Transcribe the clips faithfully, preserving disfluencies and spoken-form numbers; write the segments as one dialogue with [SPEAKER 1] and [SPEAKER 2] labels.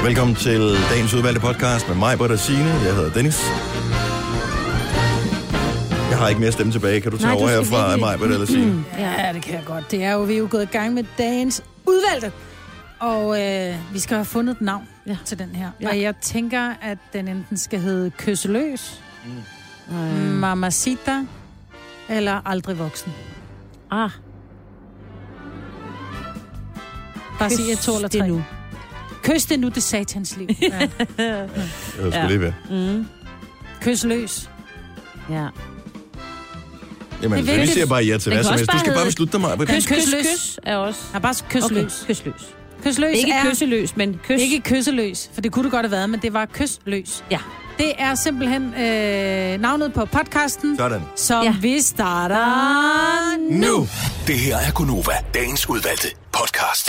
[SPEAKER 1] Velkommen til dagens udvalgte podcast med mig, Britt og Signe. Jeg hedder Dennis. Jeg har ikke mere stemme tilbage. Kan du tage
[SPEAKER 2] Nej,
[SPEAKER 1] over
[SPEAKER 2] du
[SPEAKER 1] her fra mig, Britt eller Signe?
[SPEAKER 3] Mm, ja, det kan jeg godt. Det er jo, vi er jo gået i gang med dagens udvalgte. Og øh, vi skal have fundet et navn ja. til den her. Ja. Og jeg tænker, at den enten skal hedde Kysseløs, mm. Mamacita eller Aldrig Voksen.
[SPEAKER 2] Ah.
[SPEAKER 3] Bare sige et, to eller tre.
[SPEAKER 2] Nu.
[SPEAKER 3] Kys det nu, det satans liv. Ja.
[SPEAKER 1] Det skulle ja. lige være.
[SPEAKER 2] Mm.
[SPEAKER 3] Kysseløs.
[SPEAKER 2] Ja.
[SPEAKER 1] Jamen, vi siger bare ja til hvad som helst. Du skal bare beslutte dig, mig.
[SPEAKER 2] Kys, kys, kys er også.
[SPEAKER 3] Ja, bare kysseløs.
[SPEAKER 2] Okay. Kysløs.
[SPEAKER 3] Kysløs
[SPEAKER 2] ikke
[SPEAKER 3] er...
[SPEAKER 2] kysseløs, men kys.
[SPEAKER 3] Ikke kysseløs, for det kunne det godt have været, men det var kysløs.
[SPEAKER 2] Ja.
[SPEAKER 3] Det er simpelthen øh, navnet på podcasten,
[SPEAKER 1] Sådan.
[SPEAKER 3] som
[SPEAKER 2] ja.
[SPEAKER 3] vi starter nu.
[SPEAKER 4] nu. Det her er Gunova, dagens udvalgte podcast.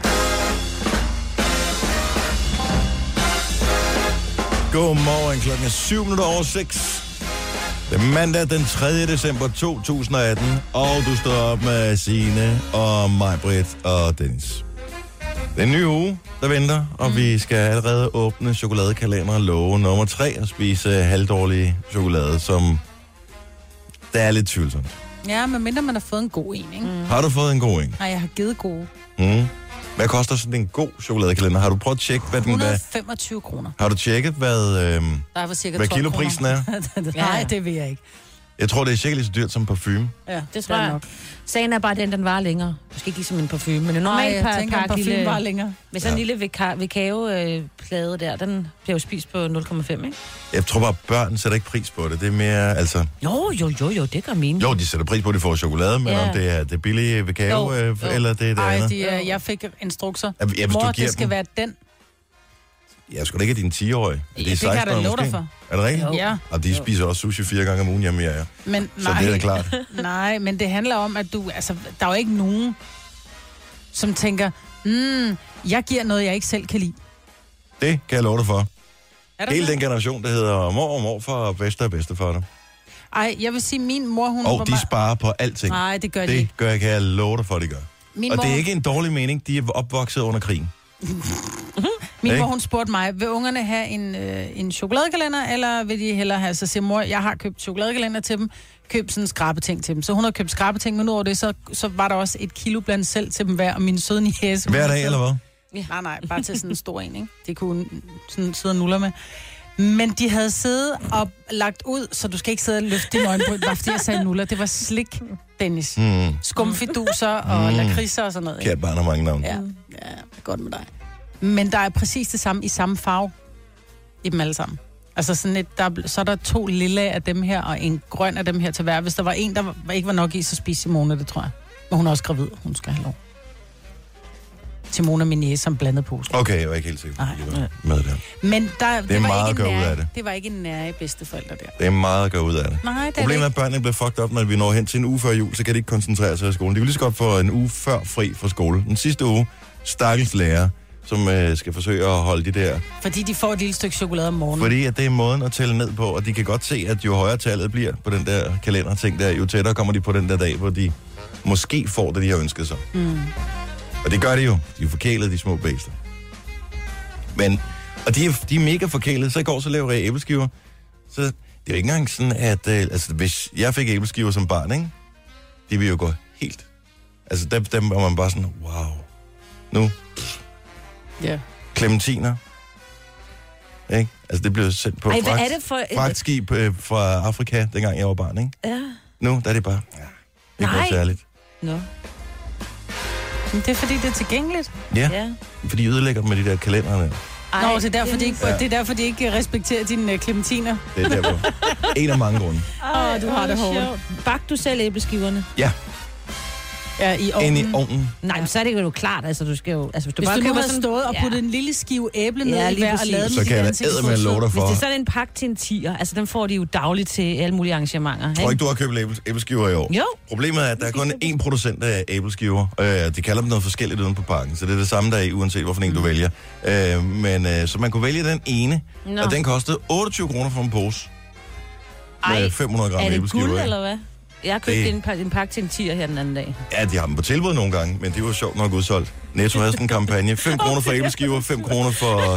[SPEAKER 1] Godmorgen, klokken er syv minutter over seks. Det er mandag den tredje december to tusind og atten, og du står op med Signe og mig, Britt og Dennis. Det er en ny uge, der venter, og mm. vi skal allerede åbne chokoladekalender låge nummer tre og spise halvdårlig chokolade, som det er lidt tvivlsomt.
[SPEAKER 3] Ja, men mindre man har fået en god en, ikke? Mm.
[SPEAKER 1] Har du fået en god en?
[SPEAKER 3] Nej, jeg har givet gode.
[SPEAKER 1] Mm. Hvad koster sådan en god chokoladekalender? Har du prøvet at tjekke, hvad den
[SPEAKER 3] et hundrede og femogtyve kroner.
[SPEAKER 1] Har du tjekket, hvad, øhm,
[SPEAKER 3] Der er for cirka
[SPEAKER 1] hvad
[SPEAKER 3] tolv
[SPEAKER 1] kiloprisen er?
[SPEAKER 3] Nej, det vil jeg ikke.
[SPEAKER 1] Jeg tror, det er cirka lige så dyrt som parfume.
[SPEAKER 3] Ja,
[SPEAKER 2] det tror jeg nok. Sagen er bare, den, den varer længere. Måske ikke ligesom en parfume, men en normal
[SPEAKER 3] par, tænker,
[SPEAKER 2] par,
[SPEAKER 3] parfume
[SPEAKER 2] lille,
[SPEAKER 3] varer længere.
[SPEAKER 2] med sådan en
[SPEAKER 1] ja.
[SPEAKER 2] lille vikao-plade der, den bliver jo spist på nul komma fem, ikke?
[SPEAKER 1] Jeg tror bare, børn sætter ikke pris på det. Det er mere, altså...
[SPEAKER 2] Jo, jo, jo, jo, det gør mine.
[SPEAKER 1] Jo, de sætter pris på, at de får chokolade, men
[SPEAKER 2] ja.
[SPEAKER 1] om det er det billige vikao,
[SPEAKER 2] jo,
[SPEAKER 1] øh,
[SPEAKER 2] jo.
[SPEAKER 1] eller det er det
[SPEAKER 3] Ej,
[SPEAKER 1] andet.
[SPEAKER 3] de, uh, jeg fik instrukser.
[SPEAKER 1] Ja, hvis
[SPEAKER 3] Mor,
[SPEAKER 1] du
[SPEAKER 3] det
[SPEAKER 1] giver
[SPEAKER 3] skal
[SPEAKER 1] dem...
[SPEAKER 3] være den.
[SPEAKER 1] Jeg skulle da ikke have din ti-årige. Er
[SPEAKER 3] Ja, det kan jeg da love dig for.
[SPEAKER 1] Er det rigtigt?
[SPEAKER 3] Ja.
[SPEAKER 1] Og de spiser også sushi fire gange om ugen hjemme, ja.
[SPEAKER 3] Men,
[SPEAKER 1] Så
[SPEAKER 3] nej,
[SPEAKER 1] det er da klart.
[SPEAKER 3] Nej, men det handler om, at du... Altså, der er jo ikke nogen, som tænker, mm, jeg giver noget, jeg ikke selv kan lide.
[SPEAKER 1] Det kan jeg love dig for. Hele
[SPEAKER 3] så?
[SPEAKER 1] den generation, der hedder mor og morfar og bedste og bedstefatter.
[SPEAKER 3] Ej, jeg vil sige, min mor, hun...
[SPEAKER 1] Og
[SPEAKER 3] var
[SPEAKER 1] de
[SPEAKER 3] meget...
[SPEAKER 1] sparer på alting.
[SPEAKER 3] Nej, det gør de
[SPEAKER 1] det
[SPEAKER 3] ikke.
[SPEAKER 1] gør jeg, kan jeg love dig for, de gør.
[SPEAKER 3] Min
[SPEAKER 1] og
[SPEAKER 3] mor...
[SPEAKER 1] det er ikke en dårlig mening, de er opvokset under krigen.
[SPEAKER 3] Min mor, hun spurgte mig, vil ungerne have en, øh, en chokoladekalender, eller vil de hellere have, så siger mor, jeg har købt chokoladekalender til dem, køb sådan en skrabeting til dem. Så hun har købt skrabeting, men udover det, så, så var der også et kilo blandt selv til dem hver, og min søde niece.
[SPEAKER 1] Hver dag, eller hvad?
[SPEAKER 3] Ja. Nej, nej, bare til sådan en stor en, ikke? Det kunne sådan sidde og nuller med. Men de havde siddet og lagt ud, så du skal ikke sidde og løfte dine øjenbryn, bare fordi jeg sagde nuller. Det var slik, Dennis.
[SPEAKER 1] Mm.
[SPEAKER 3] Skumfiduser og mm. lakridser og sådan noget. Ikke?
[SPEAKER 1] Kært barn har mange navne.
[SPEAKER 3] Ja, ja, det er godt med dig. Men der er præcis det samme i samme farve i dem alle sammen. Altså sådan et, der, så er der to lille af dem her, og en grøn af dem her til hver. Hvis der var en, der var, ikke var nok i, så spiste Simone det, tror jeg. Men hun er også gravid, hun skal have lov. Simone Minier som blandet pose.
[SPEAKER 1] Okay, jeg var ikke helt sikker på, at
[SPEAKER 3] Nej.
[SPEAKER 1] med det.
[SPEAKER 3] Men der, det,
[SPEAKER 1] det er
[SPEAKER 3] var
[SPEAKER 1] meget
[SPEAKER 3] ikke
[SPEAKER 1] at gøre
[SPEAKER 3] nære,
[SPEAKER 1] ud af det.
[SPEAKER 3] Det var ikke en nære bedsteforældre der.
[SPEAKER 1] Det er meget at gøre ud af det.
[SPEAKER 3] Nej, det
[SPEAKER 1] Problemet er,
[SPEAKER 3] er
[SPEAKER 1] at børnene bliver fucked op, når vi når hen til en uge før jul, så kan de ikke koncentrere sig i skolen. De vil lige så godt få en uge før fri fra skole. Den sidste uge, stakkels lærer, som øh, skal forsøge at holde de der.
[SPEAKER 3] Fordi de får et lille stykke chokolade om morgenen.
[SPEAKER 1] Fordi at det er måden at tælle ned på, og de kan godt se, at jo højere tallet bliver på den der kalenderting der, jo tættere kommer de på den der dag, hvor de måske får det, de har ønsket sig.
[SPEAKER 3] Mm.
[SPEAKER 1] Og det gør de jo. De er forkælede, de små bæster. Men, og de er, de er mega forkælede. Så i går så laver jeg æbleskiver. Så det er jo ikke engang sådan, at øh, altså, hvis jeg fik æbleskiver som barn, ikke? De vil jo gå helt. Altså, der, der var man bare sådan, wow. Nu.
[SPEAKER 3] Ja. Yeah.
[SPEAKER 1] Clementiner. Ikke? Altså, det blev sendt på
[SPEAKER 2] Ej,
[SPEAKER 1] fragt,
[SPEAKER 2] hvad er det for...
[SPEAKER 1] fragtskib øh, fra Afrika, dengang jeg var barn, ikke?
[SPEAKER 2] Ja.
[SPEAKER 1] Nu, der er det bare, ja, det er
[SPEAKER 2] Nej.
[SPEAKER 1] noget særligt.
[SPEAKER 2] Nå.
[SPEAKER 3] Men det er fordi, det er tilgængeligt.
[SPEAKER 1] Ja,
[SPEAKER 2] Ja.
[SPEAKER 1] fordi de ødelægger dem med de der kalenderne.
[SPEAKER 3] Ej, Nå, det er derfor, de ikke,
[SPEAKER 1] Ja.
[SPEAKER 3] det er derfor, de ikke respekterer dine uh, clementiner.
[SPEAKER 1] Det er derfor. En af mange grunde.
[SPEAKER 3] Åh, du har det hårdt.
[SPEAKER 2] Bag du selv æbleskiverne?
[SPEAKER 1] Ja,
[SPEAKER 3] Ja, i ovnen.
[SPEAKER 1] ind i ovnen.
[SPEAKER 2] Nej, men så er det jo klart, altså du skal jo... Altså, hvis du
[SPEAKER 3] Hvis
[SPEAKER 2] bare
[SPEAKER 3] du nu
[SPEAKER 2] køber
[SPEAKER 3] havde
[SPEAKER 2] sådan,
[SPEAKER 3] stået og
[SPEAKER 2] ja.
[SPEAKER 3] puttet en lille skive æble ned
[SPEAKER 2] Ja,
[SPEAKER 3] i
[SPEAKER 2] lige
[SPEAKER 3] hver og
[SPEAKER 2] præcis.
[SPEAKER 3] lavet
[SPEAKER 1] Så
[SPEAKER 3] dem
[SPEAKER 1] kan
[SPEAKER 3] i
[SPEAKER 1] jeg
[SPEAKER 3] dit
[SPEAKER 1] da eddermame love dig
[SPEAKER 2] Hvis
[SPEAKER 1] for.
[SPEAKER 2] det er sådan en pakke til en tier, altså dem får de jo dagligt til alle mulige arrangementer.
[SPEAKER 1] Jeg tror ikke, du har købt æble- æbleskiver i år.
[SPEAKER 2] Jo.
[SPEAKER 1] Problemet er, at der er kun én producent af æbleskiver. Øh, de kalder dem noget forskelligt uden på pakken, så det er det samme, der er i, uanset hvorfor en du vælger. Øh, men øh, så man kunne vælge den ene,
[SPEAKER 2] Nå.
[SPEAKER 1] og den kostede otteogtyve kroner for en pose. Med
[SPEAKER 2] Ej,
[SPEAKER 1] fem hundrede gram
[SPEAKER 2] er det
[SPEAKER 1] æbleskiver.
[SPEAKER 2] guld,
[SPEAKER 1] ikke?
[SPEAKER 2] eller hvad? Jeg har købt
[SPEAKER 1] Det-
[SPEAKER 2] en, pakke, en pakke til en tier her den anden dag.
[SPEAKER 1] Ja, de har dem på tilbud nogle gange, men det var sjovt nok udsolgt. Netto havde sådan en kampagne. fem kroner for æbleskiver, fem kroner for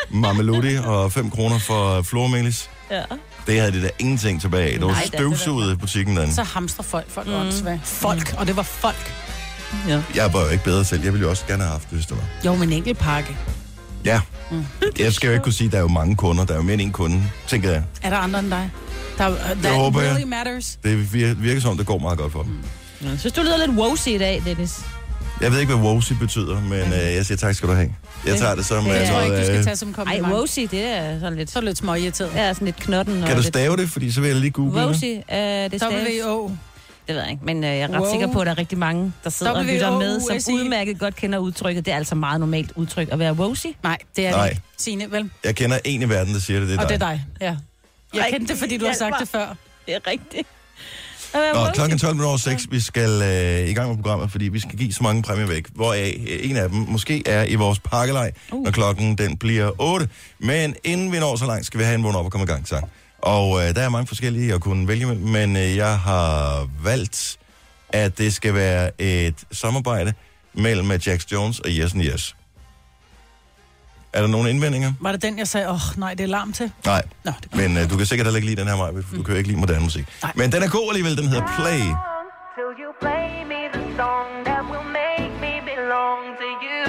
[SPEAKER 1] Mameludi og fem kroner for flormelis.
[SPEAKER 2] Ja.
[SPEAKER 1] Det havde de da ingenting tilbage af. Det var
[SPEAKER 2] Nej, det er det
[SPEAKER 1] støvsuget i butikken derinde.
[SPEAKER 3] Så hamstrer folk, folk
[SPEAKER 2] Mm.
[SPEAKER 3] åndssvagt. Folk, og det var folk.
[SPEAKER 2] Ja.
[SPEAKER 1] Jeg var jo ikke bedre selv. Jeg ville jo også gerne have haft det, hvis det var.
[SPEAKER 3] Jo, men en enkelt pakke.
[SPEAKER 1] Ja. Mm. Jeg skal jo ikke kunne sige, at der er jo mange kunder. Der er jo mere end en kunde, tænker jeg.
[SPEAKER 3] Er der andre end dig? Der, uh, that
[SPEAKER 1] håber jeg.
[SPEAKER 3] really matters.
[SPEAKER 1] Det virker, virker som, det går meget godt for dem.
[SPEAKER 2] Ja. Jeg synes, du lyder lidt wowsy i dag, Dennis.
[SPEAKER 1] Jeg ved ikke, hvad wowsy betyder, men øh, jeg siger tak skal du have. Jeg tager det som...
[SPEAKER 3] Jeg
[SPEAKER 1] øh,
[SPEAKER 3] tror ikke, du skal
[SPEAKER 1] øh,
[SPEAKER 3] tage som
[SPEAKER 2] Ej,
[SPEAKER 3] kompliment.
[SPEAKER 2] wowsy, det er sådan lidt...
[SPEAKER 3] Så er det lidt småirriteret.
[SPEAKER 2] Ja, sådan lidt knotten.
[SPEAKER 1] Kan
[SPEAKER 2] og
[SPEAKER 1] du
[SPEAKER 2] lidt...
[SPEAKER 1] stave det? Fordi så vil jeg lige google
[SPEAKER 2] Wowsy,
[SPEAKER 1] det.
[SPEAKER 2] øh, det staves...
[SPEAKER 3] W O.
[SPEAKER 2] Det ved jeg ikke, men øh, jeg er ret
[SPEAKER 3] Wow.
[SPEAKER 2] sikker på, at der er rigtig mange, der sidder og lytter med, som
[SPEAKER 3] W O U S I.
[SPEAKER 2] udmærket godt kender udtrykket. Det er altså meget normalt udtryk at være wowsy.
[SPEAKER 3] Nej, det er
[SPEAKER 1] Nej.
[SPEAKER 3] det ikke. Signe, vel?
[SPEAKER 1] Jeg kender en i verden, der siger det. Det er
[SPEAKER 3] Og
[SPEAKER 1] dig.
[SPEAKER 3] det er dig, ja. Jeg
[SPEAKER 2] Ej,
[SPEAKER 3] kendte det, fordi du har sagt det før.
[SPEAKER 2] Det er rigtigt. At være
[SPEAKER 1] Nå,
[SPEAKER 2] wowsy.
[SPEAKER 1] klokken tolv minutter over seks, vi skal øh, i gang med programmet, fordi vi skal give så mange præmier væk, hvoraf øh, en af dem måske er i vores pakkelej, uh. når klokken den bliver otte. Men inden vi når så langt, skal vi have en vågn op og komme i gang sang. Og øh, der er mange forskellige at kunne vælge med, men øh, jeg har valgt, at det skal være et samarbejde mellem Jax Jones og Yes and Yes. Er der nogle indvendinger?
[SPEAKER 3] Var det den, jeg sagde, åh oh, nej, det er larm til?
[SPEAKER 1] Nej,
[SPEAKER 3] Nå, det
[SPEAKER 1] men øh, du kan sikkert heller ikke lide den her, Maja, for du kan jo ikke lide moderne musik.
[SPEAKER 3] Nej.
[SPEAKER 1] Men den er god alligevel, den hedder Play.
[SPEAKER 5] Till you play me the song that will make me belong to you.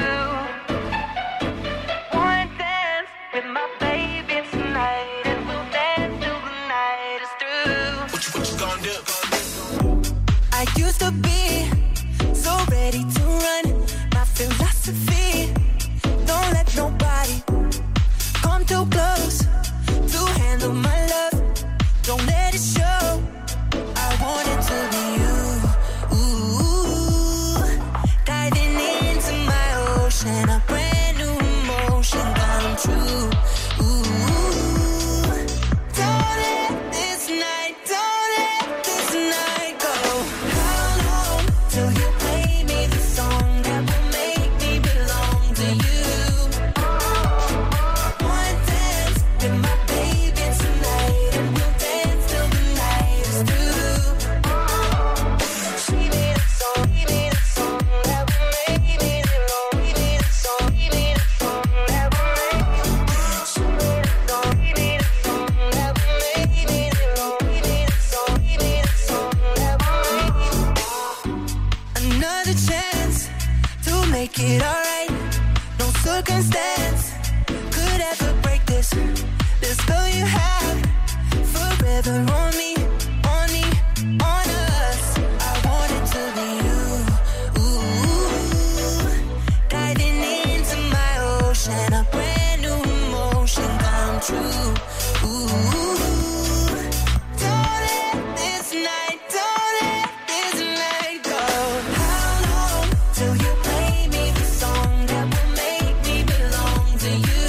[SPEAKER 5] One dance with my baby tonight, and we'll dance till the night is through.
[SPEAKER 4] What you, what you gonna do?
[SPEAKER 5] I used to be so ready to run. My philosophy, don't let nobody come too close to handle my love. Don't let it show. I want it to be you. Ooh, diving into my ocean, a brand new emotion come true. Ooh, don't let this night, don't let this night go. How long till you play me the song that will make me belong to you? One dance with my baby tonight, and we'll dance till the night is through. She made a song, he made a song that will make me belong. He made a song, he made a song that will make me. She made a song, he made a song that will make me belong. He made a song, he made a song that will make me. Another chance to make it alright. No circumstance could ever break this. This spell you have forever on me, on me, on us. I want it to be you. Ooh, diving into my ocean, a brand new emotion come true. Ooh, don't let this night, don't let this night go. How long till you play me the song that will make me belong to you?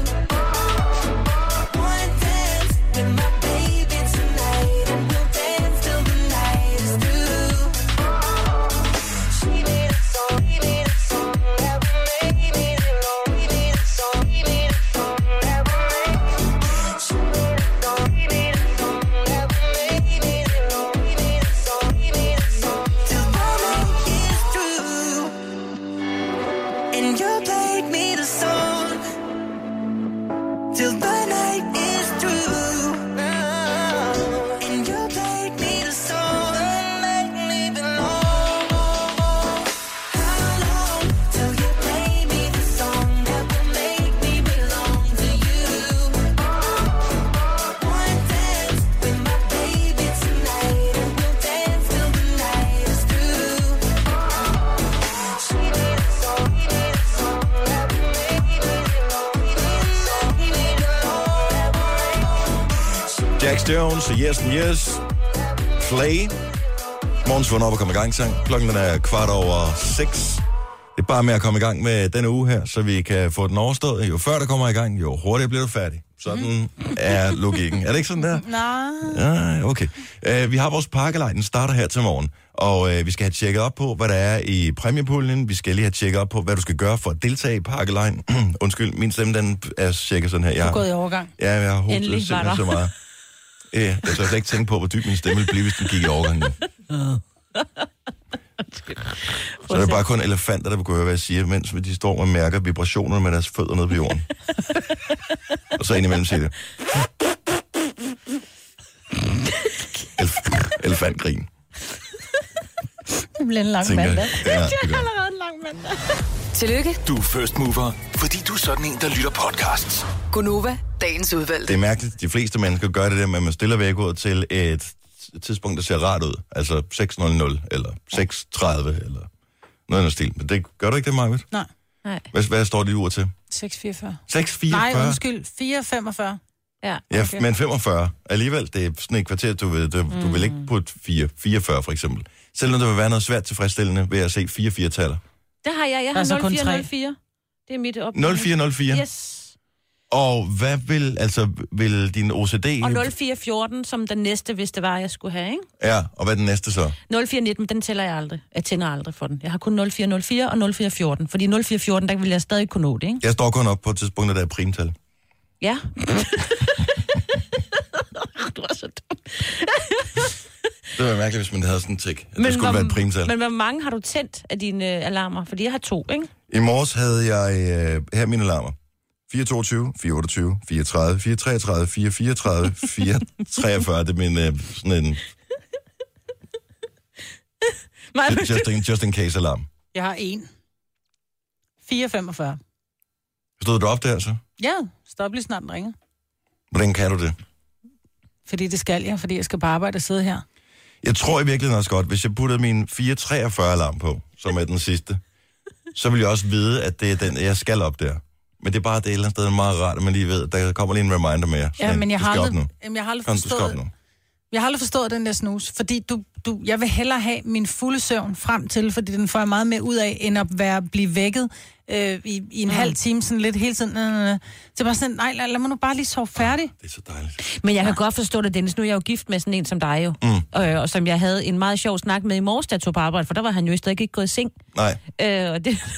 [SPEAKER 5] One dance with my baby tonight, and we'll dance till the night is through. She made a song, he made a song that will make me belong. He made a song, he made a song that will make me. She made a song, he made a song that will make me belong. He made a song, he made a song till the night is through. And you played me the song till the night is through. And you played me the song that make me belong. How long till you play me the song that will make me belong to you? One dance with my baby tonight, and we'll dance till the night is through. She made a song, he made a song that will make me belong. He made a song, he made a song that will make me.
[SPEAKER 1] Jax Jones og Yes and Yes. Play. Morgens vågn op og komme i gang sang. Klokken den er kvart over seks. Det er bare med at komme i gang med denne uge her, så vi kan få den overstået. Jo før der kommer i gang, jo hurtigere bliver du færdig. Sådan er logikken. Er det ikke sådan der?
[SPEAKER 3] Nej.
[SPEAKER 1] Ja, okay. Uh, vi har vores pakkelej, den starter her til morgen. Og uh, vi skal have tjekket op på, hvad der er i præmiepuljen. Vi skal lige have tjekket op på, hvad du skal gøre for at deltage i pakkelejen. Undskyld, min stemme, den er cirka sådan her. Jeg
[SPEAKER 3] Du er
[SPEAKER 1] har,
[SPEAKER 3] gået i overgang.
[SPEAKER 1] ja, jeg har
[SPEAKER 2] Endelig
[SPEAKER 1] hovedet
[SPEAKER 2] var
[SPEAKER 1] simpelthen
[SPEAKER 2] der.
[SPEAKER 1] så meget. Ja, jeg tør slet ikke tænke på, hvor dyb min stemme ville blive, hvis den gik i overgang nu. Så er det bare kun elefanter, der vil kunne høre, hvad jeg siger, mens de står og mærker vibrationer med deres fødder nede på jorden. Og så indimellem siger det. Elef- elefantgrin.
[SPEAKER 3] Det bliver en lang
[SPEAKER 1] Tænker,
[SPEAKER 3] mandag.
[SPEAKER 1] ja, det gør.
[SPEAKER 3] Allerede en lang mandag.
[SPEAKER 6] Tillykke,
[SPEAKER 4] Du er first mover, fordi du er sådan en, der lytter podcasts.
[SPEAKER 6] Gunova, dagens udvalgte.
[SPEAKER 1] Det er mærkeligt. De fleste mennesker gør det der med, at man stiller vækkeuret til et tidspunkt, der ser rart ud. Altså seks nul nul eller seks tredive eller noget af stil. Men det gør du ikke det, Marvitt?
[SPEAKER 3] Nej.
[SPEAKER 2] Nej.
[SPEAKER 1] Hvad, hvad står dit ur til?
[SPEAKER 3] seks fireogfyrre.
[SPEAKER 1] seks fireogfyrre?
[SPEAKER 3] Nej, undskyld. fire femogfyrre.
[SPEAKER 2] Ja.
[SPEAKER 1] Ja,
[SPEAKER 3] Okay.
[SPEAKER 1] men femogfyrre. Alligevel, det er sådan et kvarter, du vil, du, du vil ikke putte fire, fireogfyrre for eksempel. Selvom der vil være noget svært tilfredsstillende ved at se fire fire-taller.
[SPEAKER 2] Det har jeg. Jeg
[SPEAKER 3] Der er så
[SPEAKER 2] har
[SPEAKER 3] kun
[SPEAKER 2] nul fire
[SPEAKER 3] tre.
[SPEAKER 2] nul fire. Det er mit op.
[SPEAKER 1] nul fire nul fire.
[SPEAKER 2] Yes.
[SPEAKER 1] Og hvad vil, altså, vil din O C D...
[SPEAKER 2] Og nul fire fjorten som den næste, hvis det var, jeg skulle have, ikke?
[SPEAKER 1] Ja, og hvad er den næste så?
[SPEAKER 2] nul fire nitten, den tæller jeg aldrig. Jeg tænder aldrig for den. Jeg har kun nul fire nul fire og nul fire fjorten. Fordi nul fire fjorten, der vil jeg stadig kunne nå det, ikke?
[SPEAKER 1] Jeg står kun op på et tidspunkt, der er primtal.
[SPEAKER 2] Ja. Du er så dum.
[SPEAKER 1] Det var mærkeligt, hvis man havde sådan en tik. Det
[SPEAKER 2] Men
[SPEAKER 1] skulle
[SPEAKER 2] hvor-
[SPEAKER 1] være et primtal.
[SPEAKER 2] Men hvor mange har du tændt af dine øh, alarmer? Fordi jeg har to, ikke?
[SPEAKER 1] I morges havde jeg øh, her mine alarmer. fire toogtyve, fire otteogtyve, fire tredive, fire treogtredive, fire fireogtredive, fire treogfyrre. Det er min øh, sådan en
[SPEAKER 2] Nej, men-
[SPEAKER 1] just in, just in case alarm.
[SPEAKER 3] Jeg har en. fire femogfyrre.
[SPEAKER 1] Stod du op der så?
[SPEAKER 3] Ja, stop lige snart den ringer.
[SPEAKER 1] Hvordan kan du det?
[SPEAKER 3] Fordi det skal jeg, fordi jeg skal på arbejde og sidde her.
[SPEAKER 1] Jeg tror i virkeligheden også godt, hvis jeg puttede min fire treogfyrre alarm på, som er den sidste, så vil jeg også vide, at det er den, jeg skal op der. Men det er bare det et eller andet sted meget rart, at man lige ved, at der kommer lige en reminder mere.
[SPEAKER 3] Ja, men jeg
[SPEAKER 1] du
[SPEAKER 3] har
[SPEAKER 1] skal op
[SPEAKER 3] aldrig,
[SPEAKER 1] nu.
[SPEAKER 3] jamen, jeg har aldrig
[SPEAKER 1] Kom, du skal op
[SPEAKER 3] forstået,
[SPEAKER 1] nu.
[SPEAKER 3] jeg har aldrig forstået den der snus, fordi du, du, jeg vil hellere have min fulde søvn frem til, fordi den får jeg meget mere ud af, end at være, blive vækket øh, i, i en mm. halv time, sådan lidt hele tiden. Øh, øh. Det er bare sådan, nej, lad, lad mig nu bare lige sove færdig.
[SPEAKER 1] Det er så dejligt.
[SPEAKER 2] Men jeg kan godt forstå det, Dennis. Nu er jeg jo gift med sådan en som dig jo.
[SPEAKER 1] Mm.
[SPEAKER 2] Øh, og som jeg havde en meget sjov snak med i morges, da jeg tog på arbejde, for der var han jo stadig ikke gået i seng.
[SPEAKER 1] Nej,
[SPEAKER 2] Øh, og det...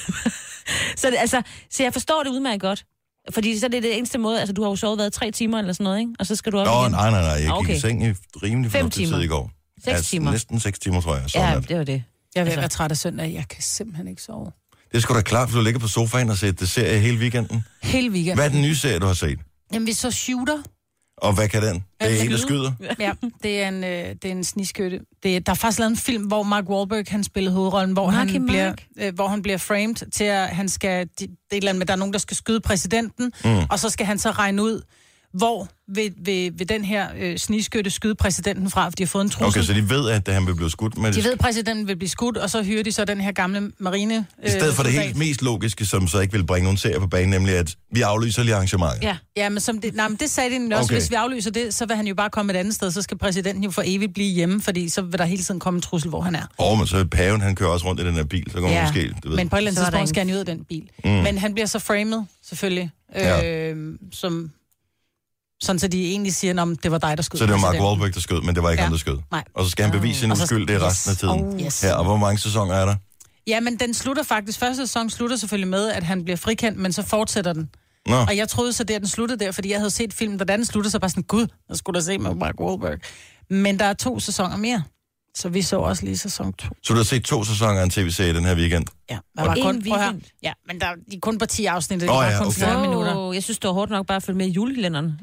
[SPEAKER 2] så, det, altså, så jeg forstår det udmærket godt. Fordi så er det det eneste måde, altså du har jo sovet været tre timer eller sådan noget, ikke? Og så skal du op
[SPEAKER 1] Nå,
[SPEAKER 2] igen.
[SPEAKER 1] nej, nej, nej. Jeg gik
[SPEAKER 2] Okay.
[SPEAKER 1] i seng i rimelig
[SPEAKER 2] Fem
[SPEAKER 1] fornuftig
[SPEAKER 2] timer.
[SPEAKER 1] tid i går.
[SPEAKER 2] Seks timer.
[SPEAKER 1] Næsten seks timer, tror jeg. Sådan
[SPEAKER 2] Ja,
[SPEAKER 1] at.
[SPEAKER 2] det var det.
[SPEAKER 3] Jeg vil
[SPEAKER 2] Altså-
[SPEAKER 3] være træt af søndag, jeg kan simpelthen ikke sove.
[SPEAKER 1] Det er sgu da klart, for du ligger på sofaen og ser det serie hele weekenden.
[SPEAKER 3] Hele weekend.
[SPEAKER 1] Hvad er den nye serie, du har set?
[SPEAKER 3] Jamen, vi så Shooter.
[SPEAKER 1] Og hvad kan den? Det er
[SPEAKER 3] Altså,
[SPEAKER 1] en, der skyder.
[SPEAKER 3] Ja, det er en, øh, det er en sniskytte. Det er, der er faktisk lavet en film, hvor Mark Wahlberg, han spiller hovedrollen, hvor,
[SPEAKER 2] Marky
[SPEAKER 3] han bliver,
[SPEAKER 2] Mark.
[SPEAKER 3] øh, hvor han bliver framed til, at han skal... Det, det er et eller andet med, der er nogen, der skal skyde præsidenten, mm. og så skal han så regne ud, hvor vil, vil, vil den her øh, sniskytte skyde præsidenten fra, fordi de har fået en trussel.
[SPEAKER 1] Okay, så de ved, at han vil blive skudt med
[SPEAKER 3] De
[SPEAKER 1] det.
[SPEAKER 3] ved, at præsidenten vil blive skudt, og så hyrer de så den her gamle marine... Øh,
[SPEAKER 1] I stedet for det
[SPEAKER 3] soldat.
[SPEAKER 1] helt mest logiske, som så ikke vil bringe nogen serier på banen, nemlig at vi aflyser lige arrangementet.
[SPEAKER 2] Ja.
[SPEAKER 3] Ja, men, som det, nej, men det sagde de nemlig også.
[SPEAKER 1] Okay.
[SPEAKER 3] Okay. Hvis vi aflyser det, så vil han jo bare komme et andet sted, så skal præsidenten jo for evigt blive hjemme, fordi så vil der hele tiden komme en trussel, hvor han er.
[SPEAKER 1] Og men så paven, han kører også rundt i den her bil, så kan man måske, du ved.
[SPEAKER 3] men på et eller andet
[SPEAKER 2] Så er der
[SPEAKER 3] tidspunkt
[SPEAKER 2] ingen-
[SPEAKER 3] skal han jo ud af den bil.
[SPEAKER 1] Mm.
[SPEAKER 3] Mm. Men han bliver så framed, selvfølgelig,
[SPEAKER 1] Ja.
[SPEAKER 3] øh, som... Sådan, så de egentlig siger, at det var dig, der skød.
[SPEAKER 1] Så det var Mark
[SPEAKER 3] præsidenten.
[SPEAKER 1] Wahlberg, der skød, men det var ikke
[SPEAKER 3] Ja.
[SPEAKER 1] ham, der skød.
[SPEAKER 3] Nej.
[SPEAKER 1] Og så skal han bevise sin
[SPEAKER 3] Og så-
[SPEAKER 1] uskyld, det er resten af tiden.
[SPEAKER 3] Oh, yes.
[SPEAKER 1] Ja, og hvor mange sæsoner er der?
[SPEAKER 3] Ja, men den slutter faktisk. Første sæson slutter selvfølgelig med, at han bliver frikendt, men så fortsætter den.
[SPEAKER 1] Nå,
[SPEAKER 3] Og jeg troede så, det at den sluttede der, fordi jeg havde set filmen, hvordan den sluttede, så bare sådan, gud, jeg skulle da se med Mark Wahlberg. Men der er to sæsoner mere, så vi så også lige sæson to.
[SPEAKER 1] så du har set to sæsoner af en tv-serie den her weekend?
[SPEAKER 3] Ja, der var
[SPEAKER 2] En
[SPEAKER 3] kun, prøv at høre.
[SPEAKER 2] weekend?
[SPEAKER 3] Ja, men der de er kun på ti afsnit, det
[SPEAKER 1] Åh,
[SPEAKER 3] var
[SPEAKER 1] ja,
[SPEAKER 3] kun
[SPEAKER 1] okay.
[SPEAKER 3] fyrre minutter.
[SPEAKER 2] Oh, jeg synes, det var hårdt nok bare at følge med i julekalenderen.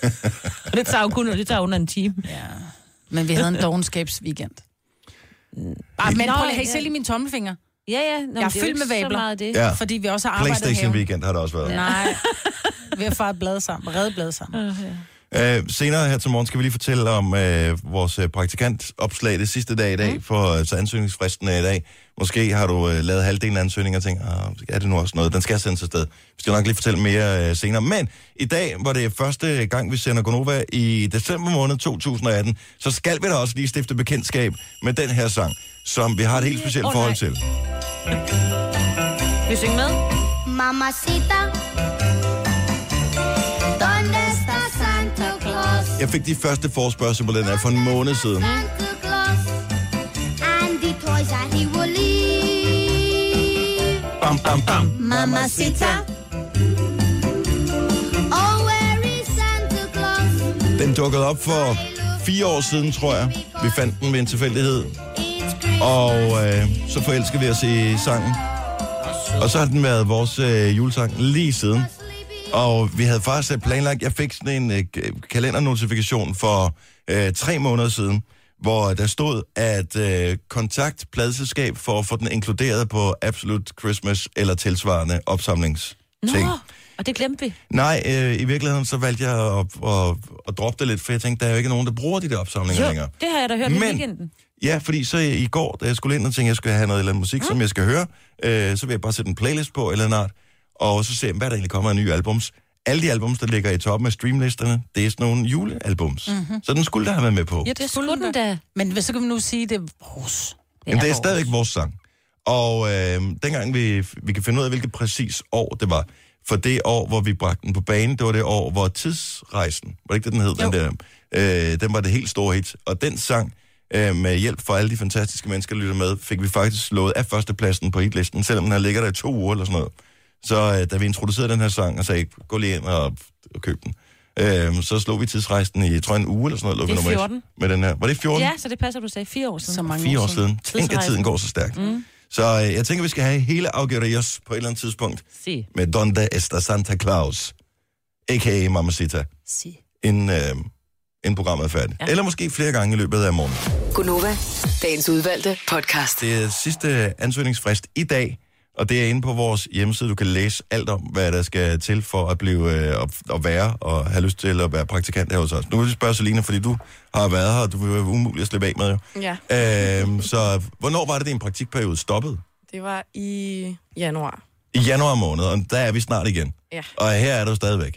[SPEAKER 2] det tager jo kun det tager under en time.
[SPEAKER 3] Ja. Men vi havde en dogenskabsweekend. Bare, men
[SPEAKER 2] Nå,
[SPEAKER 3] prøv lige, har I
[SPEAKER 2] ja.
[SPEAKER 3] set lige mine tommelfinger?
[SPEAKER 2] Ja, ja. Nå,
[SPEAKER 3] Jeg er
[SPEAKER 2] men det jo
[SPEAKER 3] fyldt
[SPEAKER 2] ikke
[SPEAKER 3] med
[SPEAKER 2] så
[SPEAKER 3] vabler.
[SPEAKER 2] meget af det.
[SPEAKER 1] Ja.
[SPEAKER 3] Fordi vi også har arbejdet i
[SPEAKER 1] PlayStation
[SPEAKER 3] haven.
[SPEAKER 1] Weekend har det også været.
[SPEAKER 3] Nej, vi har faret blade sammen, reddet blade sammen.
[SPEAKER 1] Øh, senere her til morgen skal vi lige fortælle om øh, vores øh, praktikantopslag det sidste dag i dag, mm. for øh, så ansøgningsfristen er i dag. Måske har du øh, lavet halvdelen af ansøgninger og tænkt, ah, er det nu også noget? Den skal sendes afsted. Vi skal nok lige fortælle mere øh, senere. Men i dag, hvor det er første gang, vi sender Gonova i december måned to tusind og atten, så skal vi da også lige stifte bekendtskab med den her sang, som vi har et helt specielt
[SPEAKER 2] Åh,
[SPEAKER 1] forhold
[SPEAKER 2] nej.
[SPEAKER 1] til.
[SPEAKER 2] Vil du synge med?
[SPEAKER 7] Mamacita, ¿dónde está Santa Claus?
[SPEAKER 1] Jeg fik de første forspørgsel på den her for en måned siden.
[SPEAKER 7] Santa Claus, and the toys that he will leave.
[SPEAKER 1] Bam, bam, bam.
[SPEAKER 7] Mamacita, oh, where is Santa Claus?
[SPEAKER 1] Den dukkede op for fire år siden, tror jeg. Vi fandt den ved en tilfældighed.
[SPEAKER 7] It's Christmas
[SPEAKER 1] Og øh, så forelsker vi os i sangen. Og så har den været vores øh, julesang lige siden. Og vi havde faktisk øh, planlagt, jeg fik sådan en øh, kalendernotifikation for øh, tre måneder siden, hvor der stod, at øh, kontakt pladeselskab for at få den inkluderet på Absolute Christmas eller tilsvarende opsamlingsting.
[SPEAKER 2] Nå, og det glemte vi.
[SPEAKER 1] Nej, øh, i virkeligheden så valgte jeg at, at, at droppe det lidt, for jeg tænkte, der er jo ikke nogen, der bruger de der opsamlinger
[SPEAKER 2] Jo,
[SPEAKER 1] længere.
[SPEAKER 2] det har jeg da hørt i
[SPEAKER 1] Men-
[SPEAKER 2] weekenden.
[SPEAKER 1] Ja, fordi så i går, da jeg skulle ind og tænkte, at jeg skulle have noget eller andet musik, mm. som jeg skal høre, øh, så vil jeg bare sætte en playlist på eller noget, og så se, hvad der egentlig kommer af nye albums. Alle de albums, der ligger i toppen af streamlisterne, det er sådan nogle julealbums. Mm-hmm. Så den skulle der have været med på.
[SPEAKER 3] Ja, det
[SPEAKER 2] Skulle den da?
[SPEAKER 3] Men hvis så kan man nu sige, det er vores.
[SPEAKER 1] Men det er
[SPEAKER 2] vores.
[SPEAKER 1] stadigvæk vores sang. Og øh, dengang vi, vi kan finde ud af, hvilket præcis år det var, for det år, hvor vi bragte den på banen, det var det år, hvor Tidsrejsen, var det ikke det, den hed? Den, der, øh, den var det helt store hit. Og den sang, øh, med hjælp fra alle de fantastiske mennesker, der lytter med, fik vi faktisk slået af førstepladsen på hitlisten, selvom den her ligger der i to uger eller sådan noget. Så øh, da vi introducerede den her sang og sagde, gå lige ind og, og køb den, øh, så slog vi Tidsrejsen i, jeg tror, en uge eller sådan noget. lå vi
[SPEAKER 2] Det er
[SPEAKER 1] nummer et
[SPEAKER 2] fjorten.
[SPEAKER 1] Med den her. Var det fjorten?
[SPEAKER 2] Ja, så det passer, du sagde fire år siden.
[SPEAKER 3] Så mange
[SPEAKER 1] Fire år siden. Tænk, at
[SPEAKER 2] Tidsrejsen.
[SPEAKER 1] tiden går så stærkt. Mm. Så øh, jeg tænker, vi skal have hele Aguirreos på et eller andet tidspunkt
[SPEAKER 2] Se.
[SPEAKER 1] med Donde Esta Santa Claus, a k a. Mamacita,
[SPEAKER 3] Sig.
[SPEAKER 1] inden, øh, inden programmet er færdigt. Ja. Eller måske flere gange i løbet af morgenen.
[SPEAKER 6] Gunova, dagens udvalgte podcast.
[SPEAKER 1] Det er sidste ansøgningsfrist i dag, og det er inde på vores hjemmeside. Du kan læse alt om, hvad der skal til for at blive øh, at, at være og have lyst til at være praktikant her hos os. Nu vil vi spørge Selina, fordi du har været her, og du vil være umulig at slippe af med. Jo.
[SPEAKER 8] Ja,
[SPEAKER 1] Øhm, så hvornår var det, din praktikperiode stoppede?
[SPEAKER 8] det var i januar.
[SPEAKER 1] I januar måned, og der er vi snart igen.
[SPEAKER 8] Ja.
[SPEAKER 1] Og her er du stadigvæk.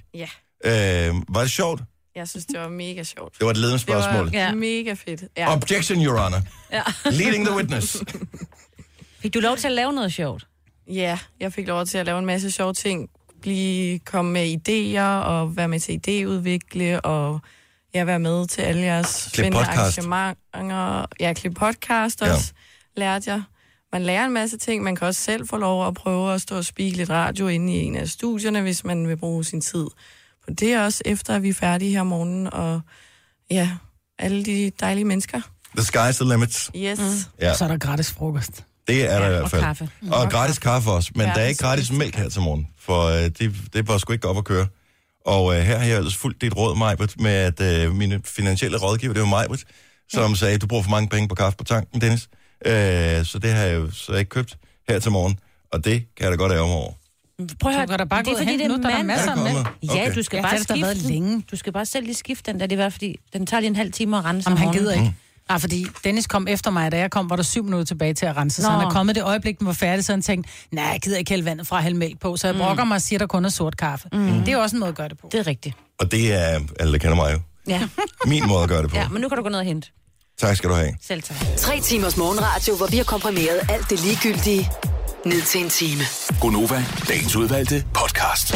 [SPEAKER 8] Ja,
[SPEAKER 1] Øhm, var det sjovt?
[SPEAKER 8] jeg synes, det var mega sjovt.
[SPEAKER 1] Det var et ledende
[SPEAKER 8] Det var
[SPEAKER 1] spørgsmål.
[SPEAKER 8] ja.
[SPEAKER 2] Ja.
[SPEAKER 8] mega fedt. Ja.
[SPEAKER 1] Objection, Your Honor.
[SPEAKER 2] Ja.
[SPEAKER 1] Leading the witness.
[SPEAKER 2] Fik du lov til at lave noget sjovt?
[SPEAKER 8] ja, jeg fik lov til at lave en masse sjove ting. Blive, komme med idéer og være med til idéudvikle og ja, være med til alle jeres
[SPEAKER 1] Klip
[SPEAKER 8] spændende
[SPEAKER 1] podcast.
[SPEAKER 8] arrangementer. Ja, klip podcast også, ja. lærte jeg. Man lærer en masse ting. Man kan også selv få lov at prøve at stå og speak lidt radio inde i en af studierne, hvis man vil bruge sin tid på det også, efter at vi er færdige her om morgenen. Og ja, alle de dejlige mennesker.
[SPEAKER 1] The sky's the limit.
[SPEAKER 8] Yes. Mm.
[SPEAKER 1] Ja,
[SPEAKER 3] Så er der gratis frokost.
[SPEAKER 1] det er der i hvert
[SPEAKER 2] Og
[SPEAKER 1] fald.
[SPEAKER 2] kaffe.
[SPEAKER 1] Og gratis kaffe også, men
[SPEAKER 8] Ja,
[SPEAKER 1] der er ikke gratis mælk her til morgen, for øh, det, det var sgu ikke op at køre. Og øh, her har jeg ellers fulgt dit råd, Majbert, med at øh, mine finansielle rådgiver, det var Majbert, som ja. sagde, du bruger for mange penge på kaffe på tanken, Dennis. Øh, så det har jeg jo så ikke købt her til morgen, og det kan jeg da godt ærge mig over.
[SPEAKER 2] Prøv at
[SPEAKER 3] Du
[SPEAKER 2] høre,
[SPEAKER 3] kan da bare
[SPEAKER 2] det
[SPEAKER 3] gå
[SPEAKER 2] er fordi,
[SPEAKER 3] hen
[SPEAKER 2] det er
[SPEAKER 3] nu, der er der
[SPEAKER 2] mand-
[SPEAKER 3] masser af
[SPEAKER 1] Er det
[SPEAKER 3] mælk.
[SPEAKER 1] kommet?
[SPEAKER 2] Ja,
[SPEAKER 1] Okay.
[SPEAKER 2] du skal
[SPEAKER 3] Ja,
[SPEAKER 2] bare
[SPEAKER 3] det har der
[SPEAKER 2] skifte
[SPEAKER 3] været
[SPEAKER 2] den.
[SPEAKER 3] længe.
[SPEAKER 2] Du skal bare selv lige skifte den der. Det er bare fordi, den tager lige en halv time at rense
[SPEAKER 3] Jamen,
[SPEAKER 2] om
[SPEAKER 3] han
[SPEAKER 2] morgenen.
[SPEAKER 3] gider ikke. Nej, fordi Dennis kom efter mig, da jeg kom, var der syv minutter tilbage til at rense. Så
[SPEAKER 2] Nå.
[SPEAKER 3] han er kommet det øjeblik, den var færdig, så han tænkte, nej, jeg gider ikke hælde vandet fra at hælde mælk på. Så jeg brokker mig og siger, der kun er sort kaffe. Mm. Det er jo også en måde at gøre det på.
[SPEAKER 2] Det er rigtigt.
[SPEAKER 1] Og det er, alle der kender mig jo,
[SPEAKER 2] Ja.
[SPEAKER 1] min måde at gøre det på.
[SPEAKER 2] ja, men nu kan du gå ned og hente.
[SPEAKER 1] Tak skal du have.
[SPEAKER 2] Selv tak.
[SPEAKER 6] Tre timers morgenradio, hvor vi har komprimeret alt det ligegyldige ned til en time.
[SPEAKER 4] Gunova, dagens udvalgte podcast.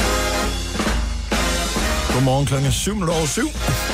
[SPEAKER 1] Godmorgen klokken syv minutter over syv.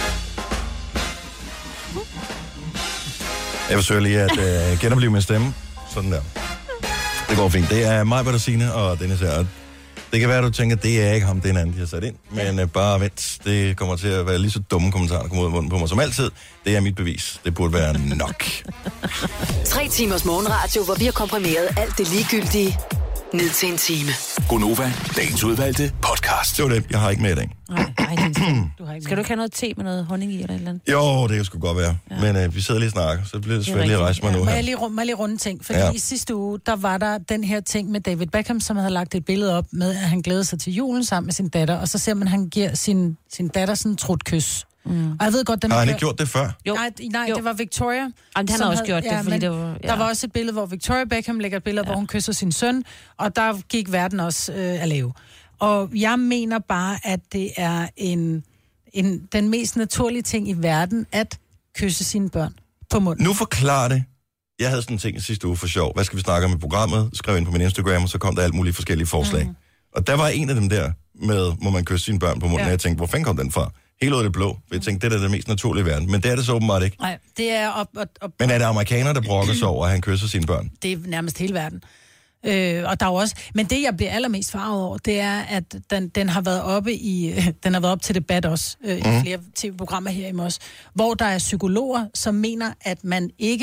[SPEAKER 1] Jeg forsøger lige at øh, genopleve min stemme. Sådan der. Det går fint. Det er mig, Bertha Signe og Dennis her. Og det kan være, at du tænker, at det er ikke ham, det er en anden, de har sat ind. Men øh, bare vent. Det kommer til at være lige så dumme kommentarer, der kommer ud af munden på mig som altid. Det er mit bevis. Det burde være nok.
[SPEAKER 6] Tre timers morgenradio, hvor vi har komprimeret alt det ligegyldige ned til en time.
[SPEAKER 4] Gunova, dagens udvalgte podcast.
[SPEAKER 1] Det var det. Jeg har ikke med i dag.
[SPEAKER 2] Nej, nej, det er-
[SPEAKER 3] Du har ikke
[SPEAKER 2] Skal du ikke have noget te med noget honning i eller et eller andet?
[SPEAKER 1] Jo, det kan sgu godt være. Ja. Men øh, vi sidder lige og snakker, så bliver det
[SPEAKER 2] Det er
[SPEAKER 1] svært lige at
[SPEAKER 2] rigtigt.
[SPEAKER 1] rejse mig nu
[SPEAKER 3] Må jeg
[SPEAKER 1] her.
[SPEAKER 3] lige, rund- må jeg lige runde en ting? Fordi
[SPEAKER 1] Ja.
[SPEAKER 3] ja. i sidste uge, der var der den her ting med David Beckham, som havde lagt et billede op med, at han glæder sig til julen sammen med sin datter, og så ser man, at han giver sin, sin datter sådan en trutkys. Mm. Og jeg ved godt, den
[SPEAKER 1] Har han
[SPEAKER 3] er-
[SPEAKER 1] ikke gjort det før?
[SPEAKER 2] Jo.
[SPEAKER 3] Nej, nej
[SPEAKER 2] Jo.
[SPEAKER 3] det var Victoria.
[SPEAKER 2] Jamen, han
[SPEAKER 3] som
[SPEAKER 2] har også
[SPEAKER 3] havde-
[SPEAKER 2] gjort det,
[SPEAKER 3] ja,
[SPEAKER 2] fordi
[SPEAKER 3] men
[SPEAKER 2] det var... Ja.
[SPEAKER 3] Der var også et billede, hvor Victoria Beckham lægger et billede, ja. hvor hun kysser sin søn, og der gik verden også øh, at leve. Og jeg mener bare, at det er en, en, den mest naturlige ting i verden, at kysse sine børn på munden.
[SPEAKER 1] Nu forklar det. Jeg havde sådan en ting i sidste uge for sjov. Hvad skal vi snakke om i programmet? Skrev ind på min Instagram, og så kom der alt mulige forskellige forslag. Mm. Og der var en af dem der med, må man kysse sine børn på munden. Ja.
[SPEAKER 3] Ja.
[SPEAKER 1] Og jeg tænkte, hvor fanden kom den fra? Helt ud af det blå. Jeg tænkte, det er da det mest naturlige i verden. Men det er det så åbenbart ikke.
[SPEAKER 3] Nej, det er, op, op, op,
[SPEAKER 1] Men er det amerikanere, der brokker sig over, at han kysser sine børn?
[SPEAKER 3] det er nærmest hele verden. Øh, og der er jo også, men det, jeg bliver allermest farvet over, det er, at den, den har været oppe i, øh, den har været op til debat også, øh, mm. i flere tv-programmer her i Mos, hvor der er psykologer, som mener, at man ikke